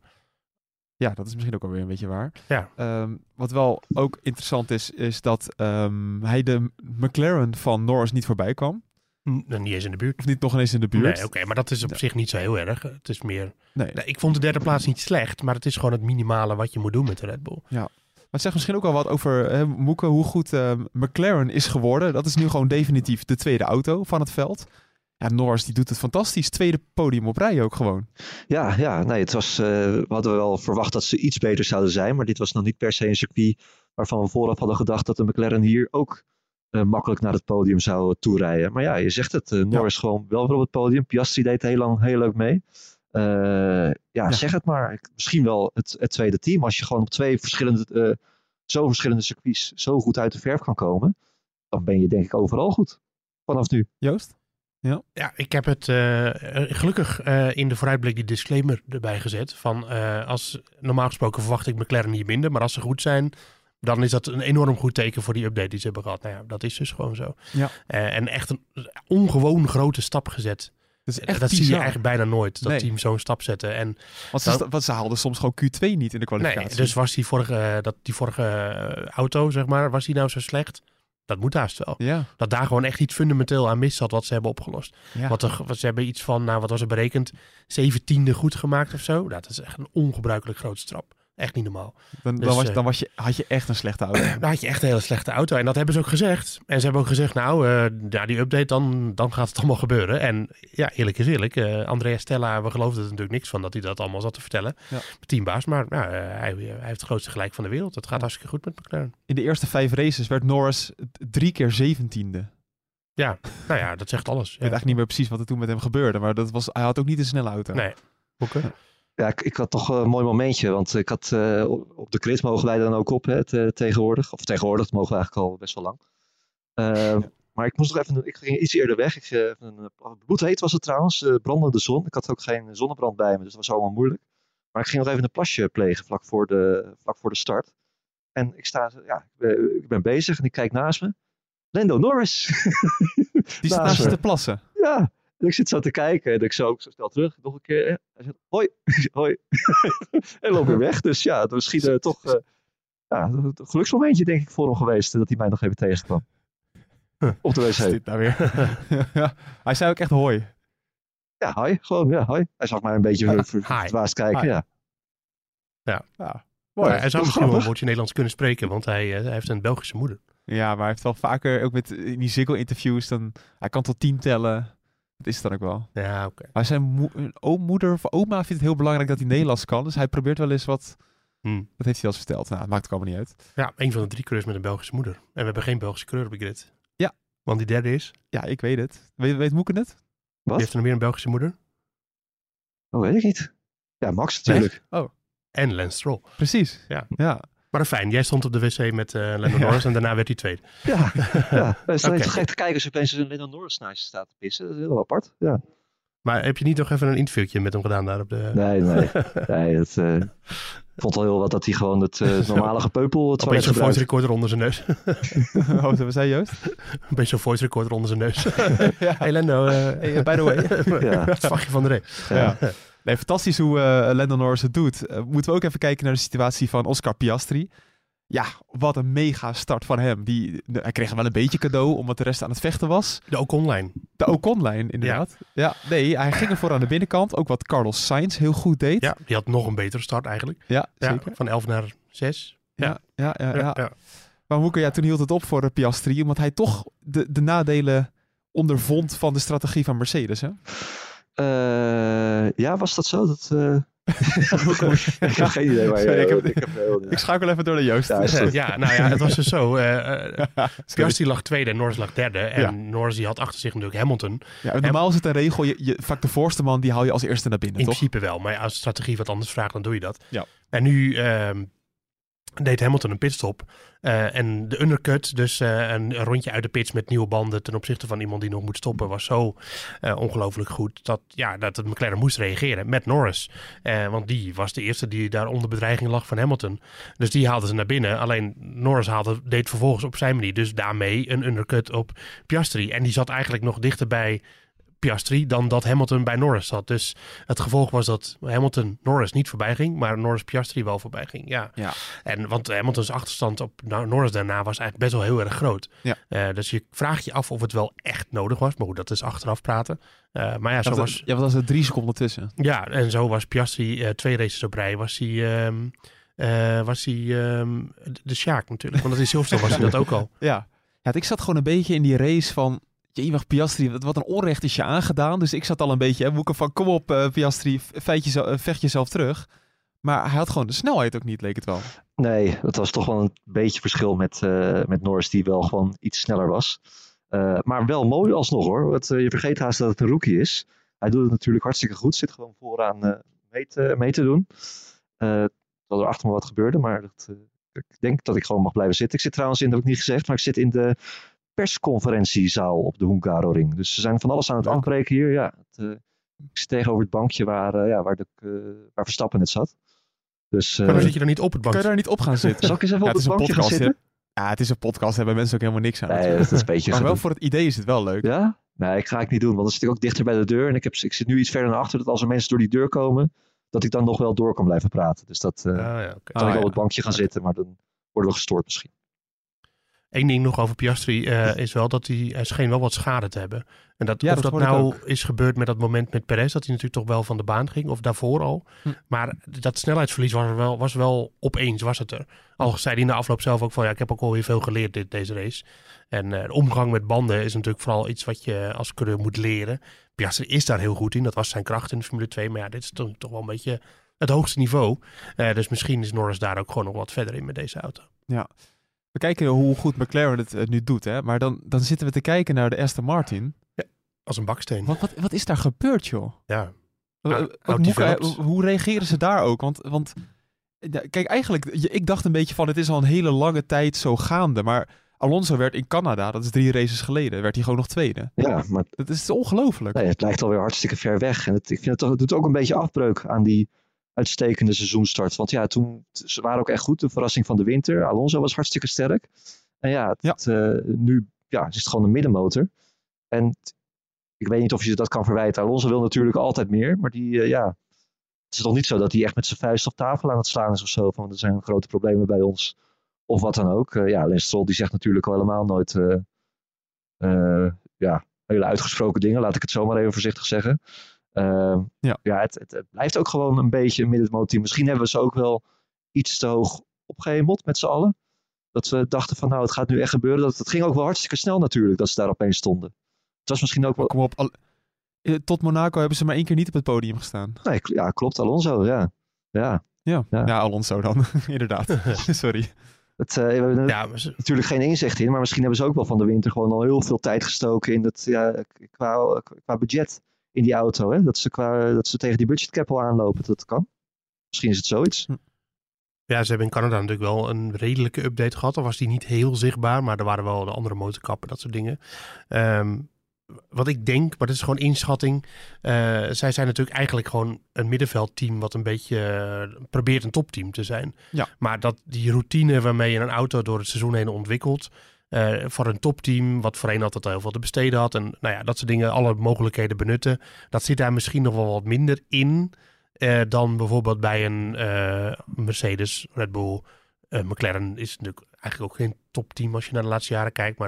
B: Ja, dat is misschien ook alweer een beetje waar.
D: Ja.
B: Um, wat wel ook interessant is, is dat um, hij de McLaren van Norris niet voorbij kwam.
D: N- niet eens in de buurt.
B: Of niet nog eens in de buurt.
D: Nee, oké, okay, maar dat is op
B: Ja.
D: zich niet zo heel erg. Het is meer...
B: Nee.
D: Nee, ik vond de derde plaats niet slecht, maar het is gewoon het minimale wat je moet doen met de Red Bull.
B: Ja. Maar het zegt misschien ook wel wat over, hè, Moeke, hoe goed uh, McLaren is geworden. Dat is nu gewoon definitief de tweede auto van het veld. Ja, Norris die doet het fantastisch. Tweede podium op rij ook gewoon.
C: Ja, ja nee, het was, uh, we hadden wel verwacht dat ze iets beter zouden zijn. Maar dit was nog niet per se een circuit waarvan we vooraf hadden gedacht dat de McLaren hier ook uh, makkelijk naar het podium zou toerijden. Maar ja, je zegt het. Uh, Norris ja. gewoon wel weer op het podium. Piastri deed heel lang heel leuk mee. Uh, ja, ja, zeg het maar. Misschien wel het, het tweede team. Als je gewoon op twee verschillende, uh, zo verschillende circuits zo goed uit de verf kan komen, dan ben je denk ik overal goed. Vanaf nu.
B: Joost? Ja.
D: ja, ik heb het uh, gelukkig uh, in de vooruitblik die disclaimer erbij gezet. Van uh, als normaal gesproken verwacht ik McLaren niet minder, maar als ze goed zijn, dan is dat een enorm goed teken voor die update die ze hebben gehad. Nou ja, dat is dus gewoon zo.
B: Ja.
D: Uh, en echt een ongewoon grote stap gezet.
B: Dat, is echt
D: dat
B: bizar.
D: zie je eigenlijk bijna nooit, dat
B: nee.
D: team zo'n stap zetten. En
B: want, ze, dan, want ze haalden soms gewoon Q twee niet in de kwalificatie.
D: Nee, dus was die vorige, dat, die vorige auto, zeg maar, was die nou zo slecht? Dat moet haast wel.
B: Ja.
D: Dat daar gewoon echt iets fundamenteel aan mis zat wat ze hebben opgelost.
B: Ja.
D: Wat er, wat ze hebben iets van, nou wat was er berekend, zeventiende goed gemaakt of zo. Nou, dat is echt een ongebruikelijk grote stap. Echt niet normaal.
B: Dan,
D: dus,
B: dan, was,
D: uh,
B: dan was je, had je echt een slechte auto.
D: Dan had je echt een hele slechte auto. En dat hebben ze ook gezegd. En ze hebben ook gezegd, nou, uh, ja, die update, dan, dan gaat het allemaal gebeuren. En ja, eerlijk is eerlijk. Uh, Andrea Stella, we geloofden er natuurlijk niks van dat hij dat allemaal zat te vertellen. Ja. Teambaas, maar nou, uh, hij, hij heeft het grootste gelijk van de wereld. Het gaat ja. hartstikke goed met McLaren.
B: In de eerste vijf races werd Norris drie keer zeventiende.
D: Ja, nou ja, dat zegt alles.
B: Ik weet eigenlijk niet meer precies wat er toen met hem gebeurde. Maar dat was, hij had ook niet een snelle auto.
D: Nee, Boeken.
C: Ja, ik, ik had toch een mooi momentje, want ik had uh, op de grid mogen wij dan ook op hè, te, tegenwoordig. Of tegenwoordig, dat mogen we eigenlijk al best wel lang. Uh, ja. Maar ik moest nog even, ik ging iets eerder weg. Ik, uh, een, bloedheet was het trouwens, uh, brandende zon. Ik had ook geen zonnebrand bij me, dus dat was allemaal moeilijk. Maar ik ging nog even een plasje plegen vlak voor de, vlak voor de start. En ik sta, ja, ik ben bezig en ik kijk naast me. Lando Norris.
B: Die staat naast je te plassen.
C: Ja. En ik zit zo te kijken en ik zo, zo snel terug, nog een keer. Hè? Hij zegt, hoi, hoi. En loop weer weg. Dus ja, misschien uh, toch uh, ja, een geluksmomentje denk ik voor hem geweest, dat hij mij nog even tegenkwam. Op de wc.
B: Dit nou weer? Ja, hij zei ook echt hoi.
C: Ja, hoi. Gewoon, ja, hoi. Hij zag mij een beetje uh, verdwaasd kijken,
D: hi.
C: ja.
D: Ja. ja. Mooi. Ja, hij zou misschien wel een woordje Nederlands kunnen spreken, want hij, uh, hij heeft een Belgische moeder.
B: Ja, maar hij heeft wel vaker, ook met in die Ziggo-interviews, dan hij kan tot tien tellen. Dat is het dan ook wel.
D: Ja, oké.
B: Okay. Maar zijn mo- oommoeder of oma vindt het heel belangrijk dat hij Nederlands kan. Dus hij probeert wel eens wat...
D: Hmm.
B: Dat heeft hij al eens verteld. Nou, dat maakt het allemaal niet uit.
D: Ja, een van de drie coureurs met een Belgische moeder. En we hebben geen Belgische coureur op de grid.
B: Ja.
D: Want die derde is?
B: Ja, ik weet het. Weet, weet Moeke het?
C: Wat?
D: Die heeft er nog meer een Belgische moeder?
C: Oh, weet ik niet. Ja, Max natuurlijk.
B: Nee? Oh.
D: En Lance Stroll.
B: Precies.
D: Ja.
B: ja.
D: Maar fijn, jij stond op de wc met uh, Lando Norris ja. en daarna werd hij tweede.
C: Ja, ja. Het is okay. Gek te kijken als je opeens een Lando Norris naast je staat te pissen. Dat is heel apart, ja.
D: Maar heb je niet nog even een interviewtje met hem gedaan daar op de...
C: Nee, nee. nee het, uh, ik vond al heel wat dat hij gewoon het uh, normale gepeupel... Het
D: Opeens zo'n voice recorder onder zijn neus.
B: Wat oh, zei je, Joost?
D: Opeens zo'n voice recorder onder zijn neus. Ja. Hey Lando, uh, hey, by the way. Ja. Het vachtje van de ree.
B: Ja. Ja. Nee, fantastisch hoe uh, Lando Norris het doet. Uh, moeten we ook even kijken naar de situatie van Oscar Piastri. Ja, wat een mega start van hem. Die, de, hij kreeg wel een beetje cadeau, omdat de rest aan het vechten was.
D: De Ocon-lijn.
B: De Ocon-lijn, inderdaad. Ja. ja, nee, hij ging ervoor aan de binnenkant. Ook wat Carlos Sainz heel goed deed.
D: Ja, die had nog een betere start eigenlijk.
B: Ja,
D: ja
B: zeker.
D: Van elf naar zes.
B: Ja, ja, ja. ja, ja.
D: ja, ja.
B: Maar Moeke, ja, toen hield het op voor uh, Piastri, omdat hij toch de, de nadelen ondervond van de strategie van Mercedes, hè?
C: Uh, ja, was dat zo? Dat, uh... ik heb geen idee waar je...
B: Sorry, ik, heb,
C: ik, heb heel, ja.
B: ik schakel even door de Joost.
C: Ja,
D: uh, ja, nou ja, het was dus zo. Uh, uh, Piastri lag tweede en Norris lag derde. En ja. Norris die had achter zich natuurlijk Hamilton.
B: Ja, normaal Ham- is het een regel, je, je, vaak de voorste man, die haal je als eerste naar binnen,
D: In
B: toch?
D: principe wel, maar als de strategie wat anders vraagt, dan doe je dat.
B: Ja.
D: En nu... Uh, deed Hamilton een pitstop. Uh, en de undercut, dus uh, een, een rondje uit de pits met nieuwe banden ten opzichte van iemand die nog moet stoppen, was zo uh, ongelooflijk goed dat, ja, dat het McLaren moest reageren met Norris. Uh, want die was de eerste die daar onder bedreiging lag van Hamilton. Dus die haalden ze naar binnen. Alleen Norris haalde, deed vervolgens op zijn manier dus daarmee een undercut op Piastri. En die zat eigenlijk nog dichter bij Piastri dan dat Hamilton bij Norris zat. Dus het gevolg was dat Hamilton Norris niet voorbij ging, maar Norris Piastri wel voorbij ging. Ja.
B: ja.
D: En want Hamiltons achterstand op Norris daarna was eigenlijk best wel heel erg groot.
B: Ja.
D: Uh, dus je vraagt je af of het wel echt nodig was. Maar goed, dat is achteraf praten. Uh, maar ja, zo
B: ja,
D: was...
B: Ja, wat was er drie seconden tussen?
D: Ja, en zo was Piastri uh, twee races op rij. Was hij... Um, uh, was hij um, de Sjaak natuurlijk. Want dat is Silverstone was hij dat ook al.
B: Ja. ja, ik zat gewoon een beetje in die race van... Jemig Piastri, wat een onrecht is je aangedaan. Dus ik zat al een beetje, hè, Moeke van kom op uh, Piastri, je, uh, vecht jezelf terug. Maar hij had gewoon de snelheid ook niet, leek het wel.
C: Nee, het was toch wel een beetje verschil met, uh, met Norris, die wel gewoon iets sneller was. Uh, maar wel mooi alsnog hoor. Het, uh, je vergeet haast dat het een rookie is. Hij doet het natuurlijk hartstikke goed. Zit gewoon vooraan uh, mee, te, mee te doen. Uh, terwijl er achter me wat gebeurde, maar dat, uh, ik denk dat ik gewoon mag blijven zitten. Ik zit trouwens in, dat heb ik niet gezegd, maar ik zit in de persconferentiezaal op de Hungaroring. Dus ze zijn van alles aan het afbreken hier. Ja, het, uh, ik zit tegenover het bankje waar, uh, ja, waar, de, uh, waar Verstappen net zat. Dus, uh,
D: maar dan zit je dan niet op het bankje?
B: Kan je daar niet op gaan zitten?
C: Zal ik eens even ja, op het, het bankje
B: podcast,
C: gaan zitten?
B: Ja, het is een podcast, hebben mensen ook helemaal niks aan.
C: Nee, dat is een beetje
B: maar wel
C: gedoe.
B: voor het idee is het wel leuk.
C: Ja? Nee, ik ga ik niet doen, want dan zit ik ook dichter bij de deur. En ik, heb, ik zit nu iets verder naar achter, dat als er mensen door die deur komen, dat ik dan nog wel door kan blijven praten. Dus dat uh, ah, ja, okay. kan ah, ik ja. op het bankje gaan zitten, maar dan worden we gestoord misschien.
D: Eén ding nog over Piastri uh, is wel dat hij, hij scheen wel wat schade te hebben. En dat,
B: ja,
D: of
B: dat,
D: dat nou is gebeurd met dat moment met Perez, dat hij natuurlijk toch wel van de baan ging, of daarvoor al. Hm. Maar dat snelheidsverlies was wel, was wel opeens, was het er. Al zei hij in de afloop zelf ook van, ja, ik heb ook alweer veel geleerd dit, deze race. En uh, de omgang met banden is natuurlijk vooral iets wat je als coureur moet leren. Piastri is daar heel goed in, dat was zijn kracht in de Formule twee. Maar ja, dit is toch, toch wel een beetje het hoogste niveau. Uh, dus misschien is Norris daar ook gewoon nog wat verder in met deze auto.
B: Ja. We kijken hoe goed McLaren het uh, nu doet, hè? Maar dan, dan zitten we te kijken naar de Aston Martin.
D: Ja, als een baksteen.
B: Wat, wat, wat is daar gebeurd, joh?
D: Ja.
B: Uh, uh, Moeka, hoe reageren ze daar ook? Want, want ja, kijk, eigenlijk, ik dacht een beetje van, het is al een hele lange tijd zo gaande. Maar Alonso werd in Canada, dat is drie races geleden, werd hij gewoon nog tweede.
C: Ja, maar...
B: Dat is ongelooflijk.
C: Nee, het lijkt alweer hartstikke ver weg. En het, ik vind het, toch, het doet ook een beetje afbreuk aan die uitstekende seizoenstart. Want ja, toen, ze waren ook echt goed. De verrassing van de winter. Alonso was hartstikke sterk. En ja, het, ja. Uh, nu ja, is het gewoon een middenmotor. En t, ik weet niet of je dat kan verwijten. Alonso wil natuurlijk altijd meer. Maar die, uh, ja, het is toch niet zo dat hij echt met zijn vuist op tafel aan het slaan is of zo. Van, er zijn grote problemen bij ons. Of wat dan ook. Uh, ja, Lance Stroll die zegt natuurlijk al helemaal nooit uh, uh, ja, hele uitgesproken dingen. Laat ik het zomaar even voorzichtig zeggen. Uh, ja, ja het, het, het blijft ook gewoon een beetje een middenmotorteam. Misschien hebben we ze ook wel iets te hoog opgehemeld met z'n allen. Dat we dachten van nou, het gaat nu echt gebeuren. Dat, het ging ook wel hartstikke snel natuurlijk dat ze daar opeens stonden. Het was misschien ook wel...
B: Kom op, al... tot Monaco hebben ze maar één keer niet op het podium gestaan.
C: Nee, ja, klopt. Alonso, ja. Ja,
B: ja. ja. ja Alonso dan. Inderdaad. Sorry.
C: Het, uh, we hebben er ja, ze... natuurlijk geen inzicht in. Maar misschien hebben ze ook wel van de winter gewoon al heel veel tijd gestoken in het, ja, qua, qua budget in die auto. Hè? Dat, ze qua, dat ze tegen die budgetcap al aanlopen. Dat kan. Misschien is het zoiets. Hm.
D: Ja, ze hebben in Canada natuurlijk wel een redelijke update gehad. Al was die niet heel zichtbaar, maar er waren wel de andere motorkappen, dat soort dingen. Um, wat ik denk, maar dat is gewoon inschatting. Uh, zij zijn natuurlijk eigenlijk gewoon een middenveldteam wat een beetje uh, probeert een topteam te zijn.
B: Ja.
D: Maar dat die routine waarmee je een auto door het seizoen heen ontwikkelt, uh, voor een topteam wat voorheen altijd heel veel te besteden had. En nou ja, dat soort dingen, alle mogelijkheden benutten. Dat zit daar misschien nog wel wat minder in. Uh, dan bijvoorbeeld bij een uh, Mercedes, Red Bull, uh, McLaren is natuurlijk eigenlijk ook geen topteam als je naar de laatste jaren kijkt. Maar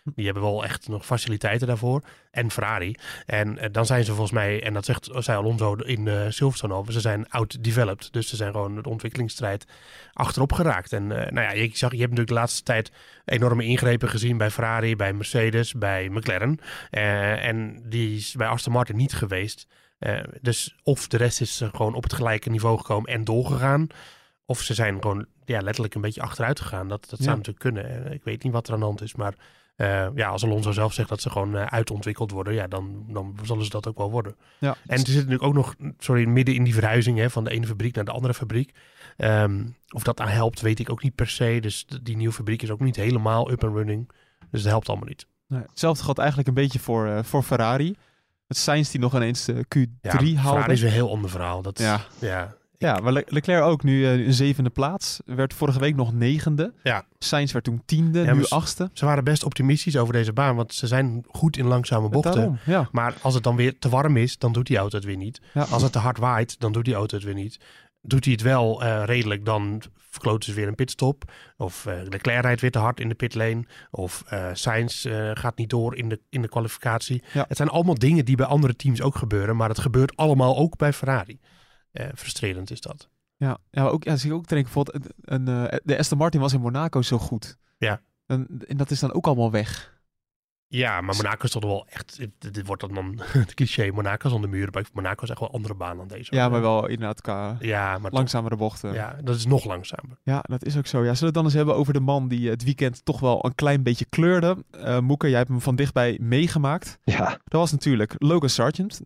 D: Die hebben wel echt nog faciliteiten daarvoor. En Ferrari. En uh, dan zijn ze volgens mij, en dat zegt zei Alonso in uh, Silverstone over, ze zijn out-developed. Dus ze zijn gewoon de ontwikkelingsstrijd achterop geraakt. En uh, nou ja, je, zag, je hebt natuurlijk de laatste tijd enorme ingrepen gezien bij Ferrari, bij Mercedes, bij McLaren. Uh, en die is bij Aston Martin niet geweest. Uh, dus of de rest is gewoon op het gelijke niveau gekomen en doorgegaan. Of ze zijn gewoon ja, letterlijk een beetje achteruit gegaan. Dat, dat zou
B: Ja.
D: natuurlijk kunnen. Ik weet niet wat er aan de hand is. Maar uh, ja, als Alonso zelf zegt dat ze gewoon uh, uitontwikkeld worden. Ja, dan, dan zullen ze dat ook wel worden.
B: Ja.
D: En er zit natuurlijk ook nog, sorry, midden in die verhuizing hè, van de ene fabriek naar de andere fabriek. Um, of dat aan helpt, weet ik ook niet per se. Dus die nieuwe fabriek is ook niet helemaal up and running. Dus dat helpt allemaal niet.
B: Nee, hetzelfde geldt eigenlijk een beetje voor, uh, voor Ferrari. Met Sainz die nog ineens uh, Q drie
D: ja,
B: haalde.
D: Ferrari is een heel ander verhaal. Dat,
B: Ja.
D: ja.
B: Ja, maar Le- Leclerc ook nu uh, een zevende plaats. Werd vorige week nog negende.
D: Ja.
B: Sainz werd toen tiende,
D: Ja,
B: nu
D: maar s-
B: achtste.
D: Ze waren best optimistisch over deze baan, want ze zijn goed in langzame bochten.
B: Daarom, ja.
D: Maar als het dan weer te warm is, dan doet die auto het weer niet.
B: Ja.
D: Als het te hard waait, dan doet die auto het weer niet. Doet hij het wel uh, redelijk, dan verkloten ze weer een pitstop. Of uh, Leclerc rijdt weer te hard in de pitlane. Of uh, Sainz uh, gaat niet door in de, in de kwalificatie.
B: Ja.
D: Het zijn allemaal dingen die bij andere teams ook gebeuren. Maar het gebeurt allemaal ook bij Ferrari. Uh, frustrerend is dat.
B: Ja, ja, maar ook, ja, zie ik ook denken, bijvoorbeeld, een, een, uh, de Aston Martin was in Monaco zo goed.
D: Ja.
B: En, en dat is dan ook allemaal weg.
D: Ja, maar Monaco is toch wel echt... Dit, dit wordt dan het cliché. Monaco is aan de muur. Maar Monaco is echt wel een andere baan dan deze.
B: Ja, maar wel inderdaad qua
D: Ja, maar
B: langzamere bochten.
D: toch, ja, dat is nog langzamer.
B: Ja, dat is ook zo. Ja, zullen we het dan eens hebben over de man die het weekend toch wel een klein beetje kleurde. Uh, Moeke, jij hebt hem van dichtbij meegemaakt.
C: Ja,
B: Dat was natuurlijk Logan Sargent.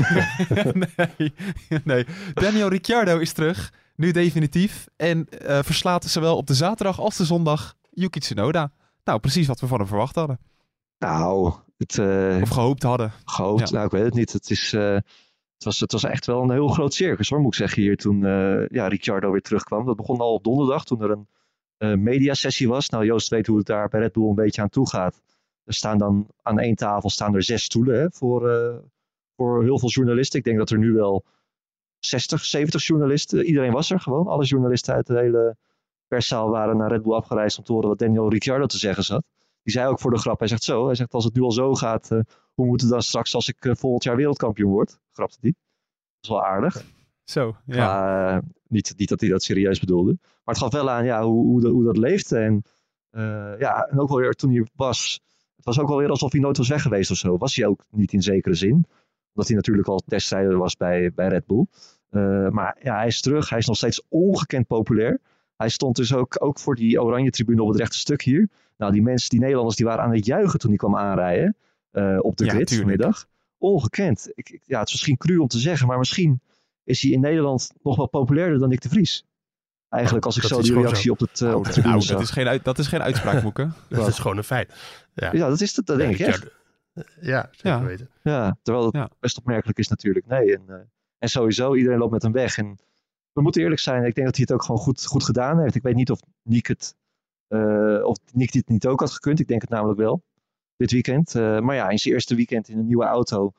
B: nee, nee. Daniel Ricciardo is terug. Nu definitief. En uh, verslaat zowel op de zaterdag als de zondag Yuki Tsunoda. Nou, precies wat we van hem verwacht hadden.
C: nou, het, uh,
B: Of gehoopt hadden.
C: gehoopt,
B: Ja.
C: nou ik weet het niet. Het, is, uh, het, was, het was echt wel een heel groot circus hoor, moet ik zeggen hier toen uh, ja, Ricciardo weer terugkwam. Dat begon al op donderdag toen er een uh, mediasessie was. Nou, Joost weet hoe het daar bij Red Bull een beetje aan toe gaat. Er staan dan aan één tafel staan er zes stoelen hè, voor, uh, voor heel veel journalisten. Ik denk dat er nu wel zestig, zeventig journalisten, iedereen was er gewoon. Alle journalisten uit de hele perszaal waren naar Red Bull afgereisd om te horen wat Daniel Ricciardo te zeggen zat. Die zei ook voor de grap, hij zegt zo, hij zegt als het nu al zo gaat, uh, hoe moet het dan straks als ik uh, volgend jaar wereldkampioen word? Grapte die. Dat is wel aardig.
B: Zo, ja.
C: Maar, uh, niet, niet dat hij dat serieus bedoelde. Maar het gaf wel aan ja, hoe, hoe, de, hoe dat leefde. En, uh, ja, en ook wel weer toen hij was, het was ook wel weer alsof hij nooit was weg geweest of zo. Was hij ook niet in zekere zin. Omdat hij natuurlijk al testrijder was bij, bij Red Bull. Uh, maar ja, hij is terug. Hij is nog steeds ongekend populair. Hij stond dus ook, ook voor die oranje tribune op het rechte stuk hier. Nou, die mensen, die Nederlanders, die waren aan het juichen toen hij kwam aanrijden. Uh, op de
B: Ja,
C: grid
B: tuurlijk.
C: vanmiddag. Ongekend. Ik, ik, ja, het is misschien cru om te zeggen, maar misschien is hij in Nederland nog wel populairder dan Nick de Vries. Eigenlijk als ik
D: Dat
C: zo
D: is
C: die
D: gewoon
C: reactie
D: zo.
C: op, het, uh,
B: Nou,
C: op de
B: dat,
C: tribune
B: nou,
C: zag.
B: dat, is geen uit, dat is geen uitspraak, Moeke.
D: Dat is gewoon een feit. Ja,
C: Ja, dat is het, dat denk ik echt.
D: Ja, zeker
B: Ja.
D: weten.
C: Ja, terwijl het
B: Ja.
C: best opmerkelijk is natuurlijk. Nee, en, uh, en sowieso, iedereen loopt met hem weg. En we moeten eerlijk zijn, ik denk dat hij het ook gewoon goed, goed gedaan heeft. Ik weet niet of Nick het, uh, of Nick dit niet ook had gekund. Ik denk het namelijk wel, dit weekend. Uh, maar ja, in zijn eerste weekend in een nieuwe auto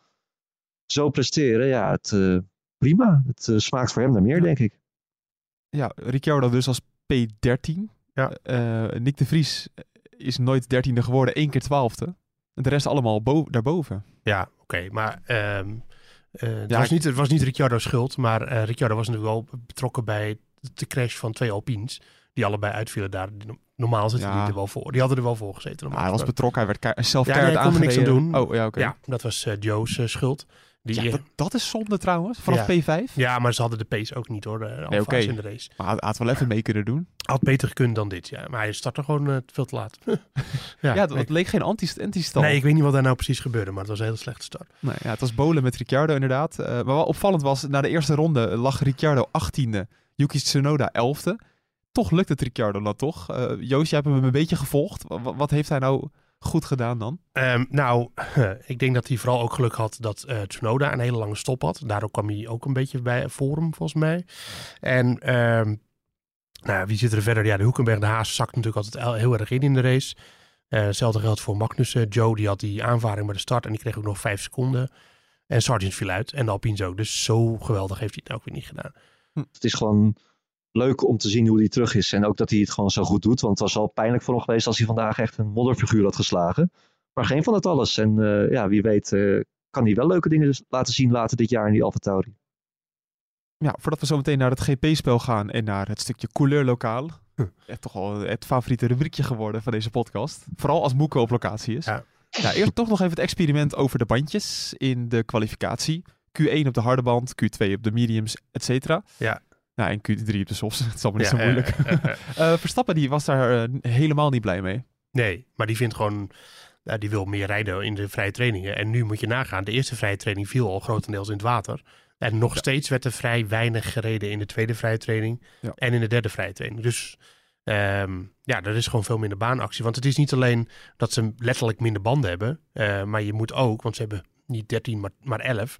C: zo presteren, ja, het, uh, prima. Het uh, smaakt voor hem naar meer,
B: Ja.
C: denk ik.
B: Ja, Ricciardo dus als P dertien.
D: Ja.
B: Uh, Nick de Vries is nooit dertiende geworden, één keer twaalfde. En de rest allemaal bo- daarboven.
D: Ja, oké. Okay, maar um, uh, het,
B: Ja,
D: was
B: ik-
D: niet, het was niet Ricciardo's schuld. Maar uh, Ricciardo was natuurlijk wel betrokken bij de crash van twee Alpines. Die allebei uitvielen daar. Normaal zitten
B: Ja.
D: die er wel voor. Die hadden er wel voor gezeten.
B: Ah,
D: normaal
B: hij was
D: gesproken.
B: betrokken, hij werd ke- zelf
D: Ja,
B: keihard
D: nee, hij kon er niks aan
B: aangereden.
D: doen.
B: Oh, ja, oké.
D: Ja, dat was uh, Joe's uh, schuld. Die,
B: Ja, dat, dat is zonde trouwens, vanaf
D: Ja.
B: P vijf.
D: ja, maar ze hadden de pace ook niet hoor. De Alfa's
B: Nee, oké.
D: in de race.
B: Maar hij had wel even mee kunnen doen.
D: Had beter gekund dan dit, ja. Maar hij startte gewoon uh, veel te laat.
B: Ja, het,
D: nee.
B: het leek geen anti- anti-stal.
D: Nee, ik weet niet wat daar nou precies gebeurde. Maar het was een hele slechte start.
B: Nee, ja, het was bolen met Ricciardo inderdaad. Uh, maar wat opvallend was, na de eerste ronde lag Ricciardo achttiende, Yuki Tsunoda elfde. Toch lukt het Ricciardo dan toch? Uh, Joost, jij hebt hem een beetje gevolgd. W- wat heeft hij nou goed gedaan dan?
D: Um, nou, ik denk dat hij vooral ook geluk had dat uh, Tsunoda een hele lange stop had. Daardoor kwam hij ook een beetje bij voor hem, volgens mij. En um, nou, wie zit er verder? Ja, de Hulkenberg, de Haas zakt natuurlijk altijd heel erg in in de race. Uh, hetzelfde geldt voor Magnussen. Joe, die had die aanvaring bij de start en die kreeg ook nog vijf seconden. En Sargent viel uit en de Alpines ook. Dus zo geweldig heeft hij het nou ook weer niet gedaan.
C: Het is gewoon leuk om te zien hoe hij terug is. En ook dat hij het gewoon zo goed doet. Want het was al pijnlijk voor hem geweest als hij vandaag echt een modderfiguur had geslagen. maar geen van het alles. En uh, ja, wie weet uh, kan hij wel leuke dingen dus laten zien later dit jaar in die AlphaTauri.
B: Ja, voordat we zo meteen naar het G P-spel gaan en naar het stukje couleur lokaal. Huh. Echt toch al het favoriete rubriekje geworden van deze podcast. Vooral als Moeke op locatie is. Ja. Ja, eerst toch nog even het experiment over de bandjes in de kwalificatie. Q één op de harde band, Q twee op de mediums, et cetera.
D: Ja.
B: Nou, en Q drie op de softs. Het is allemaal niet
D: ja,
B: zo moeilijk.
D: Uh, uh, uh.
B: uh, Verstappen die was daar uh, helemaal niet blij mee.
D: Nee, maar die vindt gewoon... Uh, die wil meer rijden in de vrije trainingen. En nu moet je nagaan, de eerste vrije training viel al grotendeels in het water. En nog ja. steeds werd er vrij weinig gereden in de tweede vrije training. Ja. En in de derde vrije training. Dus um, ja, er is gewoon veel minder baanactie. Want het is niet alleen dat ze letterlijk minder banden hebben. Uh, maar je moet ook, want ze hebben niet dertien, maar, maar elf.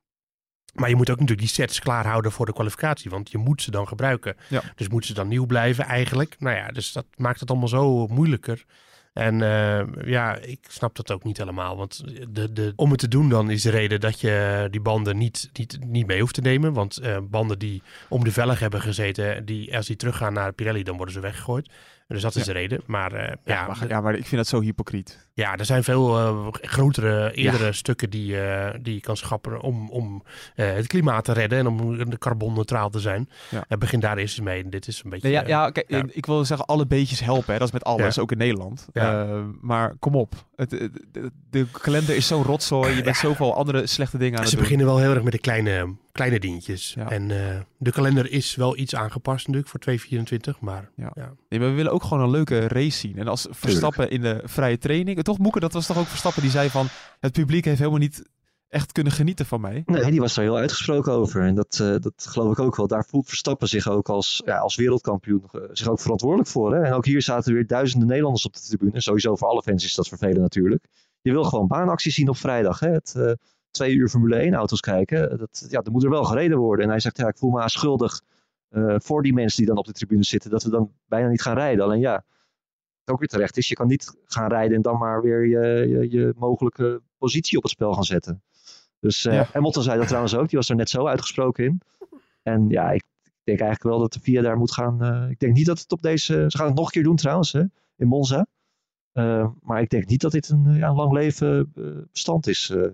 D: Maar je moet ook natuurlijk die sets klaarhouden voor de kwalificatie. Want je moet ze dan gebruiken. Ja. Dus moeten ze dan nieuw blijven eigenlijk. Nou ja, dus dat maakt het allemaal zo moeilijker. En uh, ja, ik snap dat ook niet helemaal. Want de, de, om het te doen dan is de reden dat je die banden niet, niet, niet mee hoeft te nemen. Want uh, banden die om de velg hebben gezeten, die, als die teruggaan naar Pirelli, dan worden ze weggegooid. Dus dat is ja. de reden. Maar, uh, ja,
B: ja, maar, ja, maar ik vind dat zo hypocriet.
D: Ja, er zijn veel uh, grotere, eerdere ja. stukken die, uh, die je kan schappen om, om uh, het klimaat te redden en om carbonneutraal te zijn. Ja. Uh, begin daar eerst eens mee. Dit is een beetje...
B: Nee, ja, ja, kijk, ja, ik wil zeggen, alle beetjes helpen. Hè. Dat is met alles, ja. ook in Nederland. Ja. Uh, maar kom op. Het, de, de kalender is zo rotzooi. Je bent ja. zoveel andere slechte dingen aan
D: Ze
B: het
D: doen. beginnen wel heel erg met de kleine, kleine dingetjes. Ja. En uh, de kalender is wel iets aangepast natuurlijk voor tweeduizend vierentwintig. Maar,
B: ja. Ja. Nee, maar we willen ook gewoon een leuke race zien. En als Verstappen in de vrije training... Toch, Moeke, dat was toch ook Verstappen die zei van... Het publiek heeft helemaal niet echt kunnen genieten van mij.
C: Nee, die was daar heel uitgesproken over. En dat, uh, dat geloof ik ook wel. Daar voelt Verstappen zich ook als, ja, als wereldkampioen uh, zich ook verantwoordelijk voor. Hè? En ook hier zaten weer duizenden Nederlanders op de tribune. Sowieso voor alle fans is dat vervelend natuurlijk. Je wil gewoon baanacties zien op vrijdag. Hè? Het uh, twee uur Formule één auto's kijken. Dat, ja, er moet er wel gereden worden. En hij zegt, ja, ik voel me schuldig uh, voor die mensen die dan op de tribune zitten. Dat we dan bijna niet gaan rijden. Alleen ja, ook weer terecht is. Je kan niet gaan rijden en dan maar weer je, je, je mogelijke positie op het spel gaan zetten. Dus uh, ja. Hamilton zei dat trouwens ook. Die was er net zo uitgesproken in. En ja, ik denk eigenlijk wel dat de V I A daar moet gaan. Uh, ik denk niet dat het op deze... Ze gaan het nog een keer doen trouwens, hè, in Monza. Uh, maar ik denk niet dat dit een, ja, een lang leven uh, bestand is. Uh,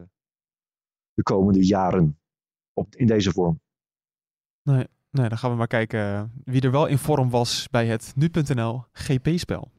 C: de komende jaren. Op, in deze vorm.
B: Nee, nee, dan gaan we maar kijken wie er wel in vorm was bij het nu punt n l G P-spel.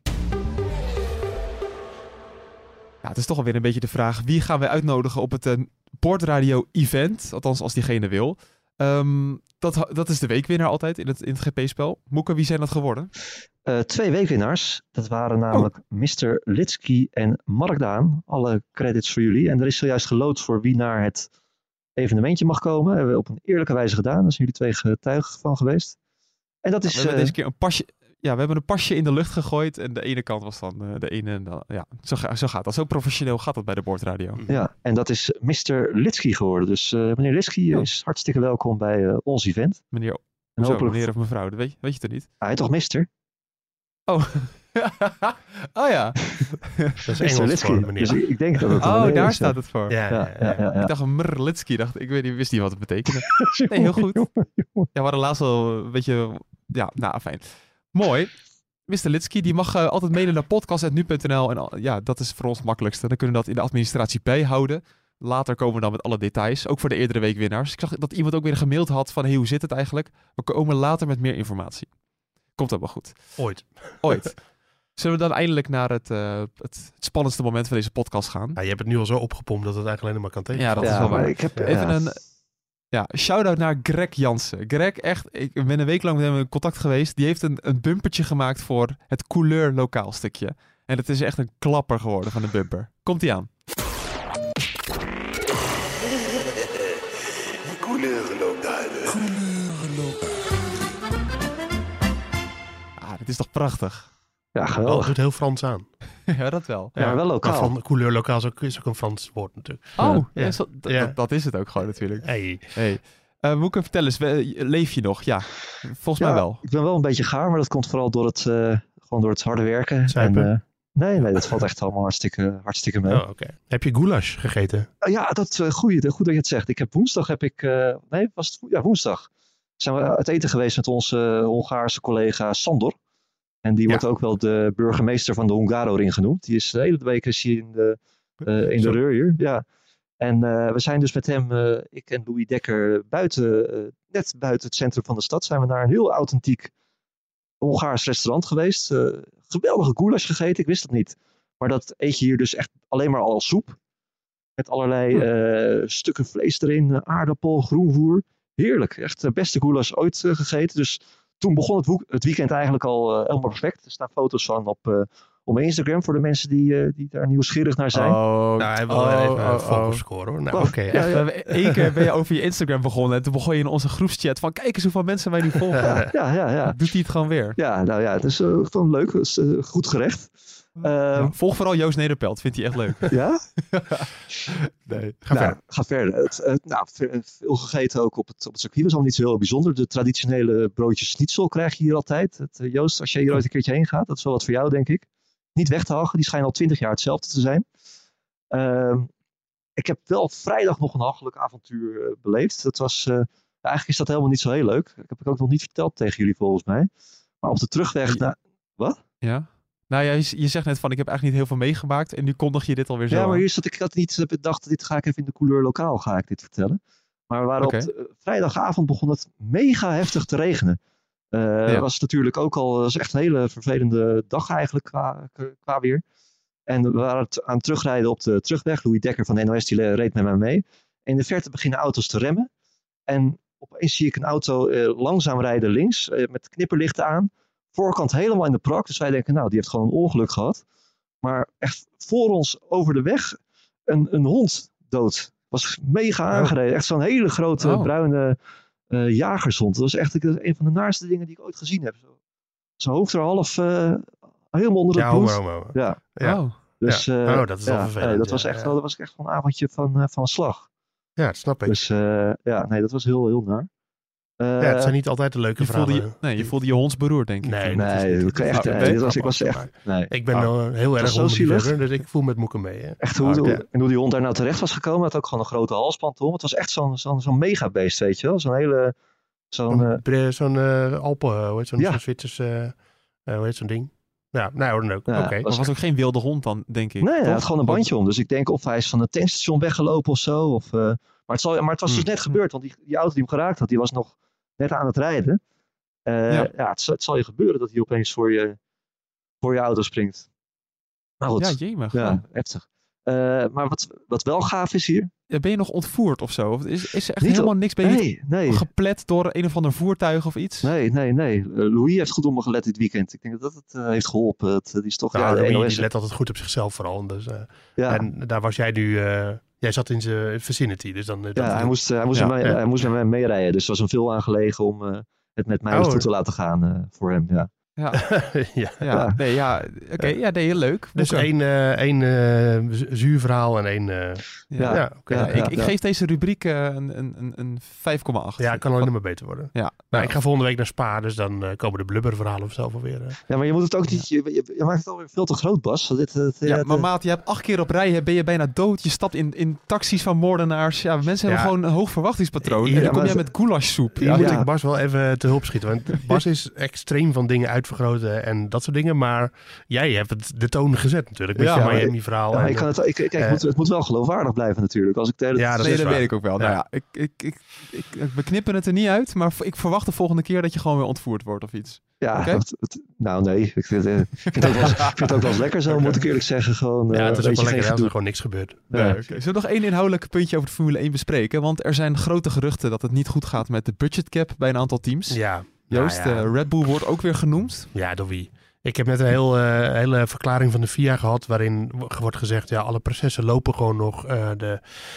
B: Ja, het is toch alweer een beetje de vraag, wie gaan wij uitnodigen op het uh, Boordradio-event? Althans, als diegene wil. Um, dat, dat is de weekwinnaar altijd in het, in het G P-spel. Moeke, wie zijn dat geworden?
C: Uh, twee weekwinnaars. Dat waren namelijk oh. mister Litsky en Mark Daan. Alle credits voor jullie. En er is zojuist geloot voor wie naar het evenementje mag komen. Dat hebben we op een eerlijke wijze gedaan. Daar zijn jullie twee getuigen van geweest. En dat is...
B: Ja, we hebben uh, deze keer een pasje... Ja, we hebben een pasje in de lucht gegooid en de ene kant was dan uh, de ene. En dan, ja, zo, zo gaat dat. Zo professioneel gaat dat bij de Boordradio.
C: Ja, en dat is mister Litsky geworden. Dus uh, meneer Litsky oh. is hartstikke welkom bij uh, ons event.
B: Meneer, en zo, hopelijk... meneer of mevrouw, dat weet, weet je het niet?
C: Ah, hij toch mister?
B: Oh, oh ja.
D: Dat is mister Litsky.
C: Dus ik denk dat het
B: oh, daar is, staat het voor.
D: Ja, ja, ja, ja, ja, ja.
B: Ik dacht mr Litsky. Dacht, ik weet niet, wist niet wat het betekende. Nee, heel goed. Ja, we hadden laatst al een beetje... Ja, nou, fijn. Mooi. mister Litsky, die mag uh, altijd mailen naar podcast punt nu punt n l. En uh, ja, dat is voor ons het makkelijkste. Dan kunnen we dat in de administratie bijhouden. Later komen we dan met alle details. Ook voor de eerdere weekwinnaars. Ik zag dat iemand ook weer gemaild had van... Hey, hoe zit het eigenlijk? We komen later met meer informatie. Komt ook wel goed.
D: Ooit.
B: Ooit. Zullen we dan eindelijk naar het, uh, het, het spannendste moment van deze podcast gaan?
D: Ja, je hebt het nu al zo opgepompt dat het eigenlijk alleen maar kan tegen.
B: Ja, dat
C: ja,
B: is wel waar.
C: Ik heb,
B: Even
C: ja.
B: een... Ja, shout-out naar Greg Jansen. Greg, echt, ik ben een week lang met hem in contact geweest. Die heeft een, een bumpertje gemaakt voor het couleur lokaal stukje. En het is echt een klapper geworden van de bumper. Komt-ie aan.
H: Couleur lokaal.
B: Ah, dit is toch prachtig?
C: Ja,
D: Het
C: geweldig.
D: doet heel Frans aan.
B: Ja, dat wel.
C: Ja, maar wel lokaal.
D: Maar van couleur lokaal is ook, is ook een Frans woord natuurlijk.
B: Oh,
D: Ja.
B: is dat, dat,
D: Ja.
B: dat, dat is het ook gewoon natuurlijk.
D: Hey.
B: Hey. Uh, moet ik hem vertellen, eens, we- leef je nog? Ja, volgens
C: Ja,
B: mij wel.
C: Ik ben wel een beetje gaar, maar dat komt vooral door het, uh, gewoon door het harde werken.
D: Zuipen?
C: En, uh, nee, nee, dat valt echt allemaal hartstikke, hartstikke mee.
D: Oh, oké. Heb je goulash gegeten?
C: Uh, ja, dat uh, goeie, goed dat je het zegt. Ik heb woensdag heb ik, uh, nee, was het, wo- ja, woensdag zijn we uit eten geweest met onze uh, Hongaarse collega Sandor. En die
D: Ja.
C: wordt ook wel de burgemeester van de Hungaroring genoemd. Die is de hele week is hij in de, uh, in de reur hier. Ja. En uh, we zijn dus met hem, uh, ik en Louis Dekker, buiten, uh, net buiten het centrum van de stad, zijn we naar een heel authentiek Hongaars restaurant geweest. Uh, geweldige goulash gegeten, ik wist het niet. Maar dat eet je hier dus echt alleen maar al als soep. Met allerlei uh, stukken vlees erin, uh, aardappel, groenvoer. Heerlijk, echt de beste goulash ooit uh, gegeten. Dus toen begon het, wo- het weekend eigenlijk al uh, helemaal perfect. Er staan foto's van op, uh, op mijn Instagram voor de mensen die, uh, die daar nieuwsgierig naar zijn.
B: Oh,
D: Nou, hij wil
B: oh,
D: even
B: oh,
D: een
B: oh.
D: focus scoren hoor. Nou,
C: Oh,
D: oké. Okay,
C: ja,
D: echt.
B: We hebben één keer ben je over je Instagram begonnen en toen begon je in onze groepschat van kijk eens hoeveel mensen wij nu volgen.
C: Ja, ja, ja. ja.
B: Doet hij het gewoon weer.
C: Ja, nou ja, het is uh, gewoon leuk. Het is uh, goed gerecht. Uh,
B: Ja, volg vooral Joost Nederpelt, vindt hij echt leuk.
C: ja?
B: Nee,
D: Ga
C: nou,
D: verder.
C: ga verder. Het, uh, nou, veel gegeten ook op het, op het circuit. Was allemaal niet zo heel bijzonder. De traditionele broodjes schnitzel krijg je hier altijd. Het, uh, Joost, als je hier ooit een keertje heen gaat, dat is wel wat voor jou, denk ik. Niet weg te hachelen, die schijnen al twintig jaar hetzelfde te zijn. Uh, ik heb wel vrijdag nog een hachelijk avontuur uh, beleefd. Dat was, uh, eigenlijk is dat helemaal niet zo heel leuk. Ik heb het ook nog niet verteld tegen jullie volgens mij. Maar op de terugweg naar... Wat?
B: Ja? Nou ja, je, je zegt net van ik heb eigenlijk niet heel veel meegemaakt en nu kondig je dit alweer zo
C: Ja, maar
B: aan.
C: hier zat ik had niet bedacht, dit ga ik even in de couleur lokaal ga ik dit vertellen. Maar we waren
B: Oké.
C: op de, uh, vrijdagavond begon het mega heftig te regenen. Uh,
B: Ja.
C: was natuurlijk ook al, was echt een hele vervelende dag eigenlijk qua, qua weer. En we waren het aan het terugrijden op de terugweg. Louis Dekker van de N O S die reed met mij mee. In de verte beginnen auto's te remmen. En opeens zie ik een auto uh, langzaam rijden links uh, met knipperlichten aan. Voorkant helemaal in de prak. Dus wij denken, nou, die heeft gewoon een ongeluk gehad. Maar echt voor ons over de weg een, een hond dood. Was mega aangereden. Echt zo'n hele grote
B: Oh.
C: bruine uh, jagershond. Dat was echt een van de naarste dingen die ik ooit gezien heb. Zo, zijn hoofd er half uh, helemaal onder het
D: Ja,
C: bloed.
D: homo, homo.
C: Ja,
D: Ja.
B: Oh.
C: dus
D: Ja.
C: uh,
D: Oh, dat is wel
C: ja,
D: vervelend.
C: nee, dat,
D: Ja,
C: was echt
D: ja.
C: wel, dat was echt wel een avondje van, uh, van slag.
D: Ja, dat snap ik.
C: Dus uh, ja, nee, dat was heel, heel naar. Uh,
D: ja, het zijn niet altijd de leuke
B: Je voelde
D: verhalen.
B: je, nee, je voelde je hondsberoerd, denk ik.
D: Nee,
B: toen.
D: dat is
C: nee,
D: niet-
C: dat kan echt,
B: Oh,
C: nee,
B: nee,
C: dit was, ik
D: grapje,
C: was echt, nee.
D: Ik ben
B: Oh.
D: nou heel erg
C: is zo
D: hondenliefhebber, dus ik voel met Moeken mee. Hè.
C: Echt hoe,
B: Ah,
C: hoe-
B: oké.
C: en hoe die hond daar nou terecht was gekomen, had ook gewoon een grote halsband om. Het was echt zo'n zo'n zo'n megabeest, weet je wel. Zo'n hele, zo'n... uh,
D: Zo'n bre- zo'n uh, Alpen, hoe heet zo'n
C: Ja.
D: zo'n Zwitserse, uh, hoe heet zo'n ding? Ja, nou, dan ook.
C: Ja,
D: Oké.
C: was-
B: Maar het was ook geen wilde hond dan, denk ik.
C: nee, hij
B: toch?
C: had gewoon een bandje om. Dus ik denk of hij is van een tankstation weggelopen of zo. Of, uh, maar, het zal, maar het was dus
D: Hmm.
C: net gebeurd, want die, die auto die hem geraakt had, die was nog net aan het rijden. Uh,
B: Ja.
C: ja, het, zal- het zal je gebeuren dat hij opeens voor je, voor je auto springt. Maar goed,
B: Ja, jemig.
C: ja,
B: Ja.
C: heftig. Uh, maar wat, wat wel gaaf is hier...
B: Ja, ben je nog ontvoerd of zo? Of is, is er echt
C: Niet
B: helemaal
C: op-
B: niks? Ben je niet
C: Nee, nee.
B: geplet door een of ander voertuig of iets?
C: Nee, nee, nee. Uh, Louis heeft goed op me gelet dit weekend. Ik denk dat dat het uh, heeft geholpen. Het, die is toch
D: Nou,
C: ja, de
D: Louis,
C: N O S.
D: die let altijd goed op zichzelf vooral. Dus, uh,
C: Ja,
D: En daar was jij nu... Uh, jij zat in zijn vicinity, dus dan... Uh,
C: ja, hij, moest, uh, hij, moest
B: Ja,
C: met mij,
D: ja.
C: hij moest met mij meerijden. Dus het was hem veel aangelegen om uh, het met mij
D: Oh.
C: toe te laten gaan uh, voor hem. Ja.
B: Ja,
D: ja.
B: ja,
C: Ja.
B: nee, ja. Oké, okay, ja, nee, heel leuk.
D: Dus
B: Moeke.
D: één, uh, één uh, zu- zuur verhaal en één... Uh,
B: Ja,
C: Ja.
D: ja, oké.
B: Ja,
C: Ja,
B: ik,
C: ja,
B: ik
C: ja.
B: geef deze rubriek uh, een, een, een, een vijf komma acht.
D: Ja, het kan alleen maar beter worden.
B: Ja.
D: Nou,
B: Ja.
D: ik ga volgende week naar Spa, dus dan uh, komen de blubberverhalen of zo alweer. Uh.
C: ja, maar je moet het ook niet... Je, je, je maakt het alweer veel te groot, Bas. Dit, uh,
B: Ja,
C: dit,
B: maar
C: uh,
B: maat, je hebt acht keer op rij, ben je bijna dood. Je stapt in, in taxis van moordenaars. Ja, mensen
D: Ja.
B: hebben gewoon een hoog verwachtingspatroon.
D: Ja,
B: en dan kom
C: maar
B: jij
C: ze-
B: met goulashsoep.
D: Hier
B: Ja,
D: moet
C: ja.
D: ik Bas wel even te hulp schieten. Want Bas is extreem van dingen uitvergroten en dat soort dingen. Maar jij hebt het de toon gezet natuurlijk. Met
B: Ja,
D: je
B: maar
D: Miami-verhaal.
C: ja, maar
D: en,
C: ik kan het, ik, kijk,
D: eh,
C: het, moet, het moet wel geloofwaardig blijven natuurlijk. Als ik de hele
D: Ja, dat
B: nee,
D: is
B: dat
D: waar.
B: weet ik ook wel. Nou
D: Ja.
B: ja, ik, ik, ik, ik, we knippen het er niet uit, maar ik verwacht de volgende keer dat je gewoon weer ontvoerd wordt of iets.
C: Ja,
B: Oké.
C: het- het- nou nee. Ik vind, uh, ik vind, het ook wel eens, ik vind het ook wel eens lekker zo, moet ik eerlijk zeggen. Gewoon, uh,
D: ja, het is
C: een
D: ook wel
C: beetje
D: lekker
C: geen
D: hè, als er
C: gedoe.
D: gewoon niks gebeurt.
C: Ja.
B: Nee, oké. Zullen we nog één inhoudelijk puntje over de Formule één bespreken? Want er zijn grote geruchten dat het niet goed gaat met de budgetcap bij een aantal teams.
D: Ja.
B: Joost,
D: nou ja.
B: eh, Red Bull wordt ook weer genoemd.
D: Ja, door wie? Ik heb net een heel, uh, hele verklaring van de F I A gehad waarin w- wordt gezegd, ja, alle processen lopen gewoon nog. Uh, de,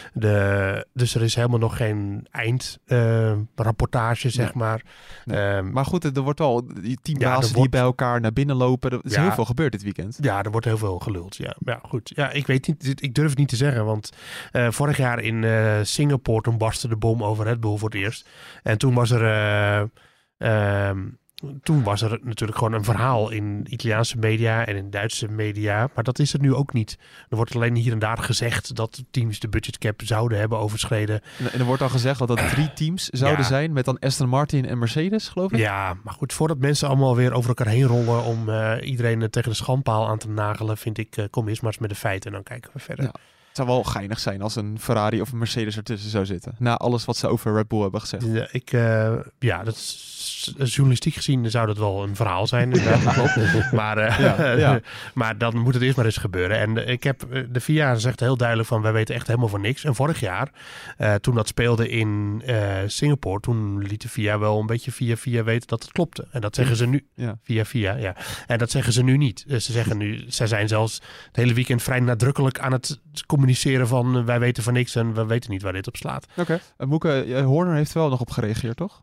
D: de, dus er is helemaal nog geen eindrapportage, uh, zeg
B: Nee.
D: maar.
B: Nee.
D: Um,
B: Maar goed, er wordt wel die
D: Ja,
B: teambazen
D: er
B: die
D: wordt-
B: bij elkaar naar binnen lopen. Er is
D: Ja.
B: heel veel gebeurd dit weekend.
D: Ja, er wordt heel veel geluld. Ja, ja goed. Ja, ik weet niet. Ik durf het niet te zeggen. Want uh, vorig jaar in uh, Singapore toen barstte de bom over Red Bull voor het eerst. En toen was er uh, um, toen was er natuurlijk gewoon een verhaal in Italiaanse media en in Duitse media. Maar dat is het nu ook niet. Er wordt alleen hier en daar gezegd dat teams de budgetcap zouden hebben overschreden.
B: En, en er wordt al gezegd dat dat drie teams zouden
D: Ja.
B: zijn met dan Aston Martin en Mercedes, geloof ik.
D: Ja, maar goed, voordat mensen allemaal weer over elkaar heen rollen om uh, iedereen uh, tegen de schandpaal aan te nagelen, vind ik, uh, kom eerst maar eens met de feiten en dan kijken we verder.
B: Ja. Het zou wel geinig zijn als een Ferrari of een Mercedes ertussen zou zitten. Na alles wat ze over Red Bull hebben gezegd.
D: Ja, ik, uh, ja, dat is, journalistiek gezien zou dat wel een verhaal zijn. Inderdaad, klopt. Maar, uh,
B: Ja, ja.
D: maar dan moet het eerst maar eens gebeuren. En uh, ik heb, uh, de V I A zegt heel duidelijk van, wij weten echt helemaal van niks. En vorig jaar, uh, toen dat speelde in uh, Singapore, toen liet de V I A wel een beetje via via weten dat het klopte. En dat zeggen ze nu.
B: Ja.
D: Via via, ja. En dat zeggen ze nu niet. Uh, ze zeggen nu, zij zijn zelfs het hele weekend vrij nadrukkelijk aan het communiceren van, uh, wij weten van niks en we weten niet waar dit op slaat.
B: Oké. Okay. Uh, Moeke, uh, Horner heeft er wel nog op gereageerd, toch?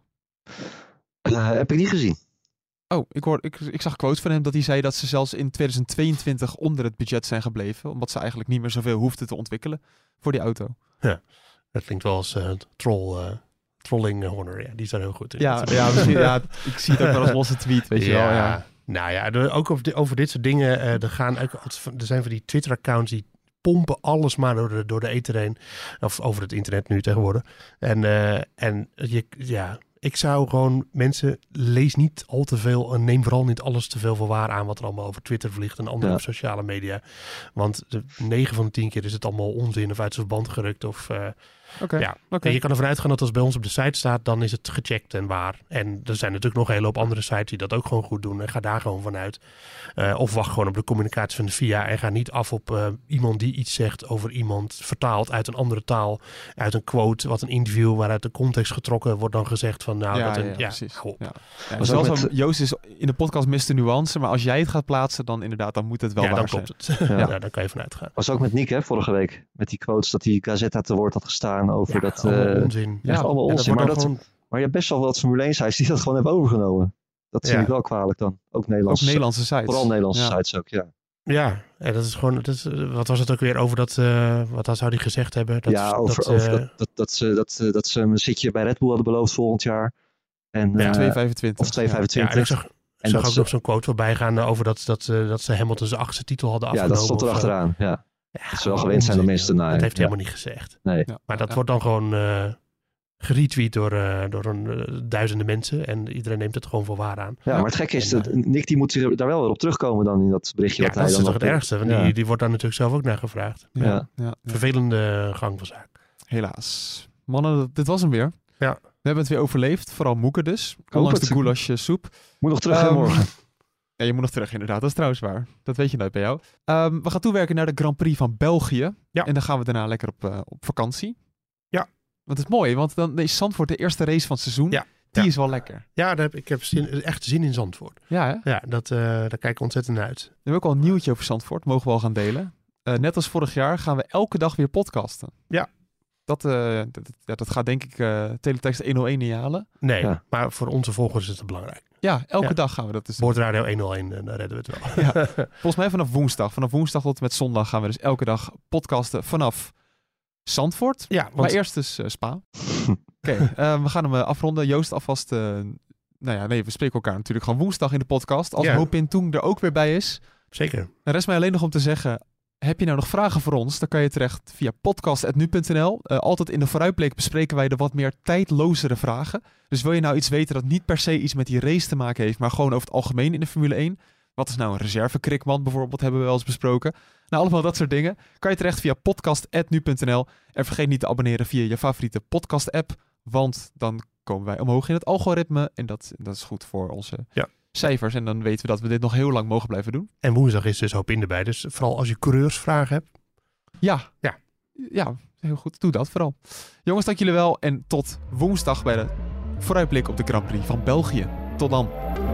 C: Uh, heb ik niet gezien.
B: Oh, ik, hoor, ik, ik zag quotes van hem dat hij zei dat ze zelfs in tweeduizend tweeëntwintig onder het budget zijn gebleven. Omdat ze eigenlijk niet meer zoveel hoefden te ontwikkelen voor die auto.
D: Ja, dat klinkt wel als uh, troll, uh, trolling uh, Horner. Ja, die is daar heel goed in.
B: Ja, ja, misschien, ja, ik zie het ook wel als losse tweet, weet je
D: ja,
B: wel. Ja.
D: Nou ja, de, ook over, de, over dit soort dingen. Uh, er, gaan, er zijn van die Twitter-accounts die pompen alles maar door de, door de ether heen. Of over het internet nu tegenwoordig. En, uh, en je, ja... Ik zou gewoon, mensen, lees niet al te veel en neem vooral niet alles te veel voor waar aan wat er allemaal over Twitter vliegt en andere
C: ja.
D: sociale media. Want de negen van de tien keer is het allemaal onzin of uit zijn verband gerukt. Of, uh,
B: okay.
D: ja.
B: Okay.
D: En je kan ervan uitgaan dat als bij ons op de site staat, dan is het gecheckt en waar. En er zijn natuurlijk nog een hele hoop andere sites die dat ook gewoon goed doen. En ga daar gewoon vanuit. Uh, of wacht gewoon op de communicatie van de V I A en ga niet af op uh, iemand die iets zegt over iemand vertaald uit een andere taal. Uit een quote, wat een interview waaruit de context getrokken wordt dan gezegd van nou,
B: ja,
D: dat een,
B: ja,
D: ja,
B: precies.
D: Goed.
B: Ja. Ja, dus zoals met... Joost is in de podcast mist de nuance, maar als jij het gaat plaatsen, dan inderdaad, dan moet het wel
D: ja,
B: waar
D: dan
B: zijn.
D: klopt het.
C: Ja.
D: Ja, daar kan je vanuit gaan.
C: Was ook met Nick, hè, vorige week. Met die quotes dat die Gazzetta te woord had gestaan over
D: Ja,
C: dat...
D: allemaal
C: uh,
D: onzin.
C: Ja,
D: Ja,
C: allemaal onzin.
D: dat
C: Maar, dat,
D: gewoon...
C: maar je hebt best wel wat Formule één sites die dat gewoon hebben overgenomen. Dat vind
D: ja.
C: ik wel kwalijk dan. Ook Nederlandse,
B: ook Nederlandse sites.
C: Vooral Nederlandse
B: ja.
C: sites ook, ja.
D: Ja, en dat is gewoon, dat is, wat was het ook weer over dat, uh, wat zou hij gezegd hebben? Dat,
C: ja, over,
D: dat,
C: over
D: uh,
C: dat, dat, dat, ze, dat, uh, dat ze een zitje bij Red Bull hadden beloofd volgend jaar. En,
B: ja,
C: uh,
B: twee vijfentwintig.
C: Of twee
D: ja,
C: vijfentwintig.
D: ja, en ik zag,
C: en
D: zag
C: dat
D: ook
C: ze,
D: nog zo'n quote voorbij gaan over dat, dat, uh, dat ze Hamilton zijn achtste titel hadden
C: ja,
D: afgenomen.
C: dat stond er
D: of,
C: achteraan, ja.
D: ja.
C: Dat ze wel gewend zijn de mensen
D: Dat
C: naar.
D: heeft hij
C: ja.
D: helemaal niet gezegd.
C: Nee.
B: Ja.
D: Maar dat
B: ja.
D: wordt dan gewoon uh, geretweet door, uh, door een, uh, duizenden mensen. En iedereen neemt het gewoon voor waar aan.
C: Ja, maar het gekke is,
D: en,
C: dat Nick die moet daar wel weer op terugkomen dan in dat berichtje.
D: Ja,
C: wat
D: dat
C: hij
D: is
C: dan
D: toch het
C: op,
D: ergste. Want
C: ja.
D: die, die wordt daar natuurlijk zelf ook naar gevraagd.
B: Ja,
C: Ja.
B: ja, ja.
D: Vervelende gang van zaken.
B: Helaas. Mannen, dit was hem weer.
D: Ja.
B: We hebben het weer overleefd. Vooral Moeke dus. Ondanks
C: het.
B: de goulash soep.
C: Moet nog terug
B: Um,
C: hè, morgen.
B: Ja, je moet nog terug inderdaad. Dat is trouwens waar. Dat weet je nooit bij jou. Um, we gaan toewerken naar de Grand Prix van België.
D: Ja.
B: En dan gaan we daarna lekker op, uh, op vakantie.
D: Ja.
B: Want het is mooi, want dan is Zandvoort de eerste race van het seizoen.
D: Ja.
B: Die
D: Ja.
B: is wel lekker.
D: Ja, daar heb, ik heb zin, echt zin in Zandvoort.
B: Ja, hè?
D: Ja, dat, uh, daar kijk ik ontzettend naar uit.
B: We hebben ook al een nieuwtje over Zandvoort. Mogen we al gaan delen. Uh, net als vorig jaar gaan we elke dag weer podcasten.
D: Ja.
B: Dat, uh, dat, dat, dat gaat denk ik uh, Teletext honderdéén niet halen.
D: Nee,
C: Ja.
D: maar voor onze volgers is het belangrijk.
B: Ja, elke
D: Ja.
B: dag gaan we dat dus doen.
D: Boordradio honderdéén, uh, daar redden we het wel.
B: Ja. Volgens mij vanaf woensdag. Vanaf woensdag tot en met zondag gaan we dus elke dag podcasten vanaf Zandvoort.
D: Ja, want
B: Maar eerst dus uh, Spa. Oké, okay, uh, we gaan hem uh, afronden. Joost, alvast... Uh, nou ja, nee, we spreken elkaar natuurlijk gewoon woensdag in de podcast. Als
D: Ja.
B: Hopin Toeng er ook weer bij is.
D: zeker.
B: Er rest mij alleen nog om te zeggen... Heb je nou nog vragen voor ons? Dan kan je terecht via podcast punt nu punt n l. Uh, altijd in de vooruitblik bespreken wij de wat meer tijdlozere vragen. Dus wil je nou iets weten dat niet per se iets met die race te maken heeft... maar gewoon over het algemeen in de Formule één... Wat is nou een reservekrikman bijvoorbeeld, hebben we wel eens besproken. Nou, allemaal dat soort dingen. Kan je terecht via podcast punt nu punt n l. En vergeet niet te abonneren via je favoriete podcast-app. Want dan komen wij omhoog in het algoritme. En dat, dat is goed voor onze
D: Ja.
B: cijfers. En dan weten we dat we dit nog heel lang mogen blijven doen.
D: En woensdag is dus Hoop in erbij. Dus vooral als je coureursvragen hebt.
B: Ja.
D: Ja.
B: Ja, heel goed. Doe dat vooral. Jongens, dank jullie wel. En tot woensdag bij de vooruitblik op de Grand Prix van België. Tot dan.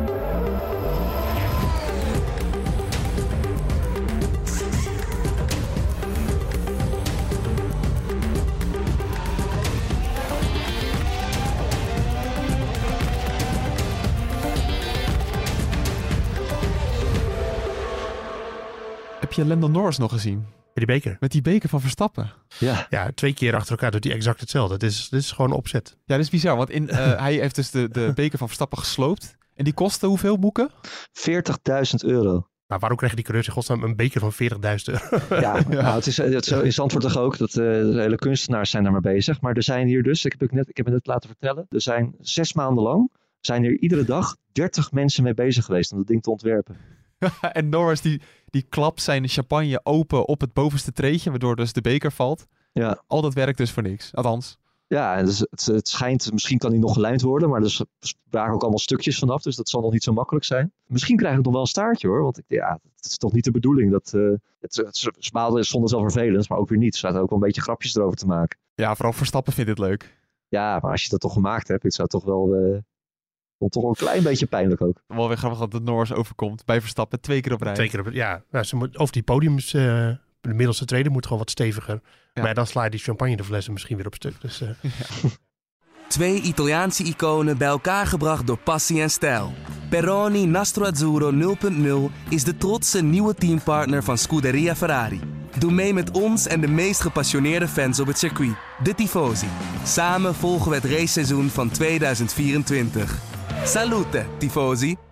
B: Heb je Lando Norris nog gezien?
D: Met die beker.
B: Met die beker van Verstappen.
C: Ja.
D: Ja, twee keer achter elkaar doet hij exact hetzelfde. Het is, dit is gewoon opzet.
B: Ja, dat is bizar. Want in, uh, hij heeft dus de, de beker van Verstappen gesloopt. En die kosten hoeveel, Moeke?
C: veertigduizend euro.
D: Maar waarom krijgen die coureurs in godsnaam een beker van veertigduizend euro?
C: Ja, ja. Nou, het is, het is in Zandvoort toch ook. Dat, uh, de hele kunstenaars zijn daar maar bezig. Maar er zijn hier dus, ik heb, het net, ik heb het net laten vertellen. Er zijn zes maanden lang, zijn hier iedere dag dertig mensen mee bezig geweest om dat ding te ontwerpen.
B: En Norris die, die klapt zijn champagne open op het bovenste treetje, waardoor dus de beker valt.
C: Ja.
B: Al dat werkt dus voor niks, althans.
C: Ja, dus het, het schijnt, misschien kan die nog gelijmd worden, maar er spraken ook allemaal stukjes vanaf, dus dat zal nog niet zo makkelijk zijn. Misschien krijg ik nog wel een staartje hoor, want ik, ja, het is toch niet de bedoeling. Dat, uh, het, het smaalde is soms wel vervelend, maar ook weer niet. Er zaten ook wel een beetje grapjes erover te maken.
B: Ja, vooral Verstappen vindt het leuk.
C: Ja, maar als je dat toch gemaakt hebt, het zou toch wel, uh, toch wel een klein beetje pijnlijk ook.
B: Wel weer grappig dat het Norris overkomt bij Verstappen, twee keer op rij.
D: Twee keer op, ja, nou, ze moet, over die podiums, uh, de middelste treden moet gewoon wat steviger. Ja. Maar dan sla je die champagne de flessen misschien weer op stuk. Dus, uh...
A: ja. Twee Italiaanse iconen bij elkaar gebracht door passie en stijl. Peroni Nastro Azzurro nul punt nul is de trotse nieuwe teampartner van Scuderia Ferrari. Doe mee met ons en de meest gepassioneerde fans op het circuit, de Tifosi. Samen volgen we het raceseizoen van tweeduizend vierentwintig. Salute, Tifosi!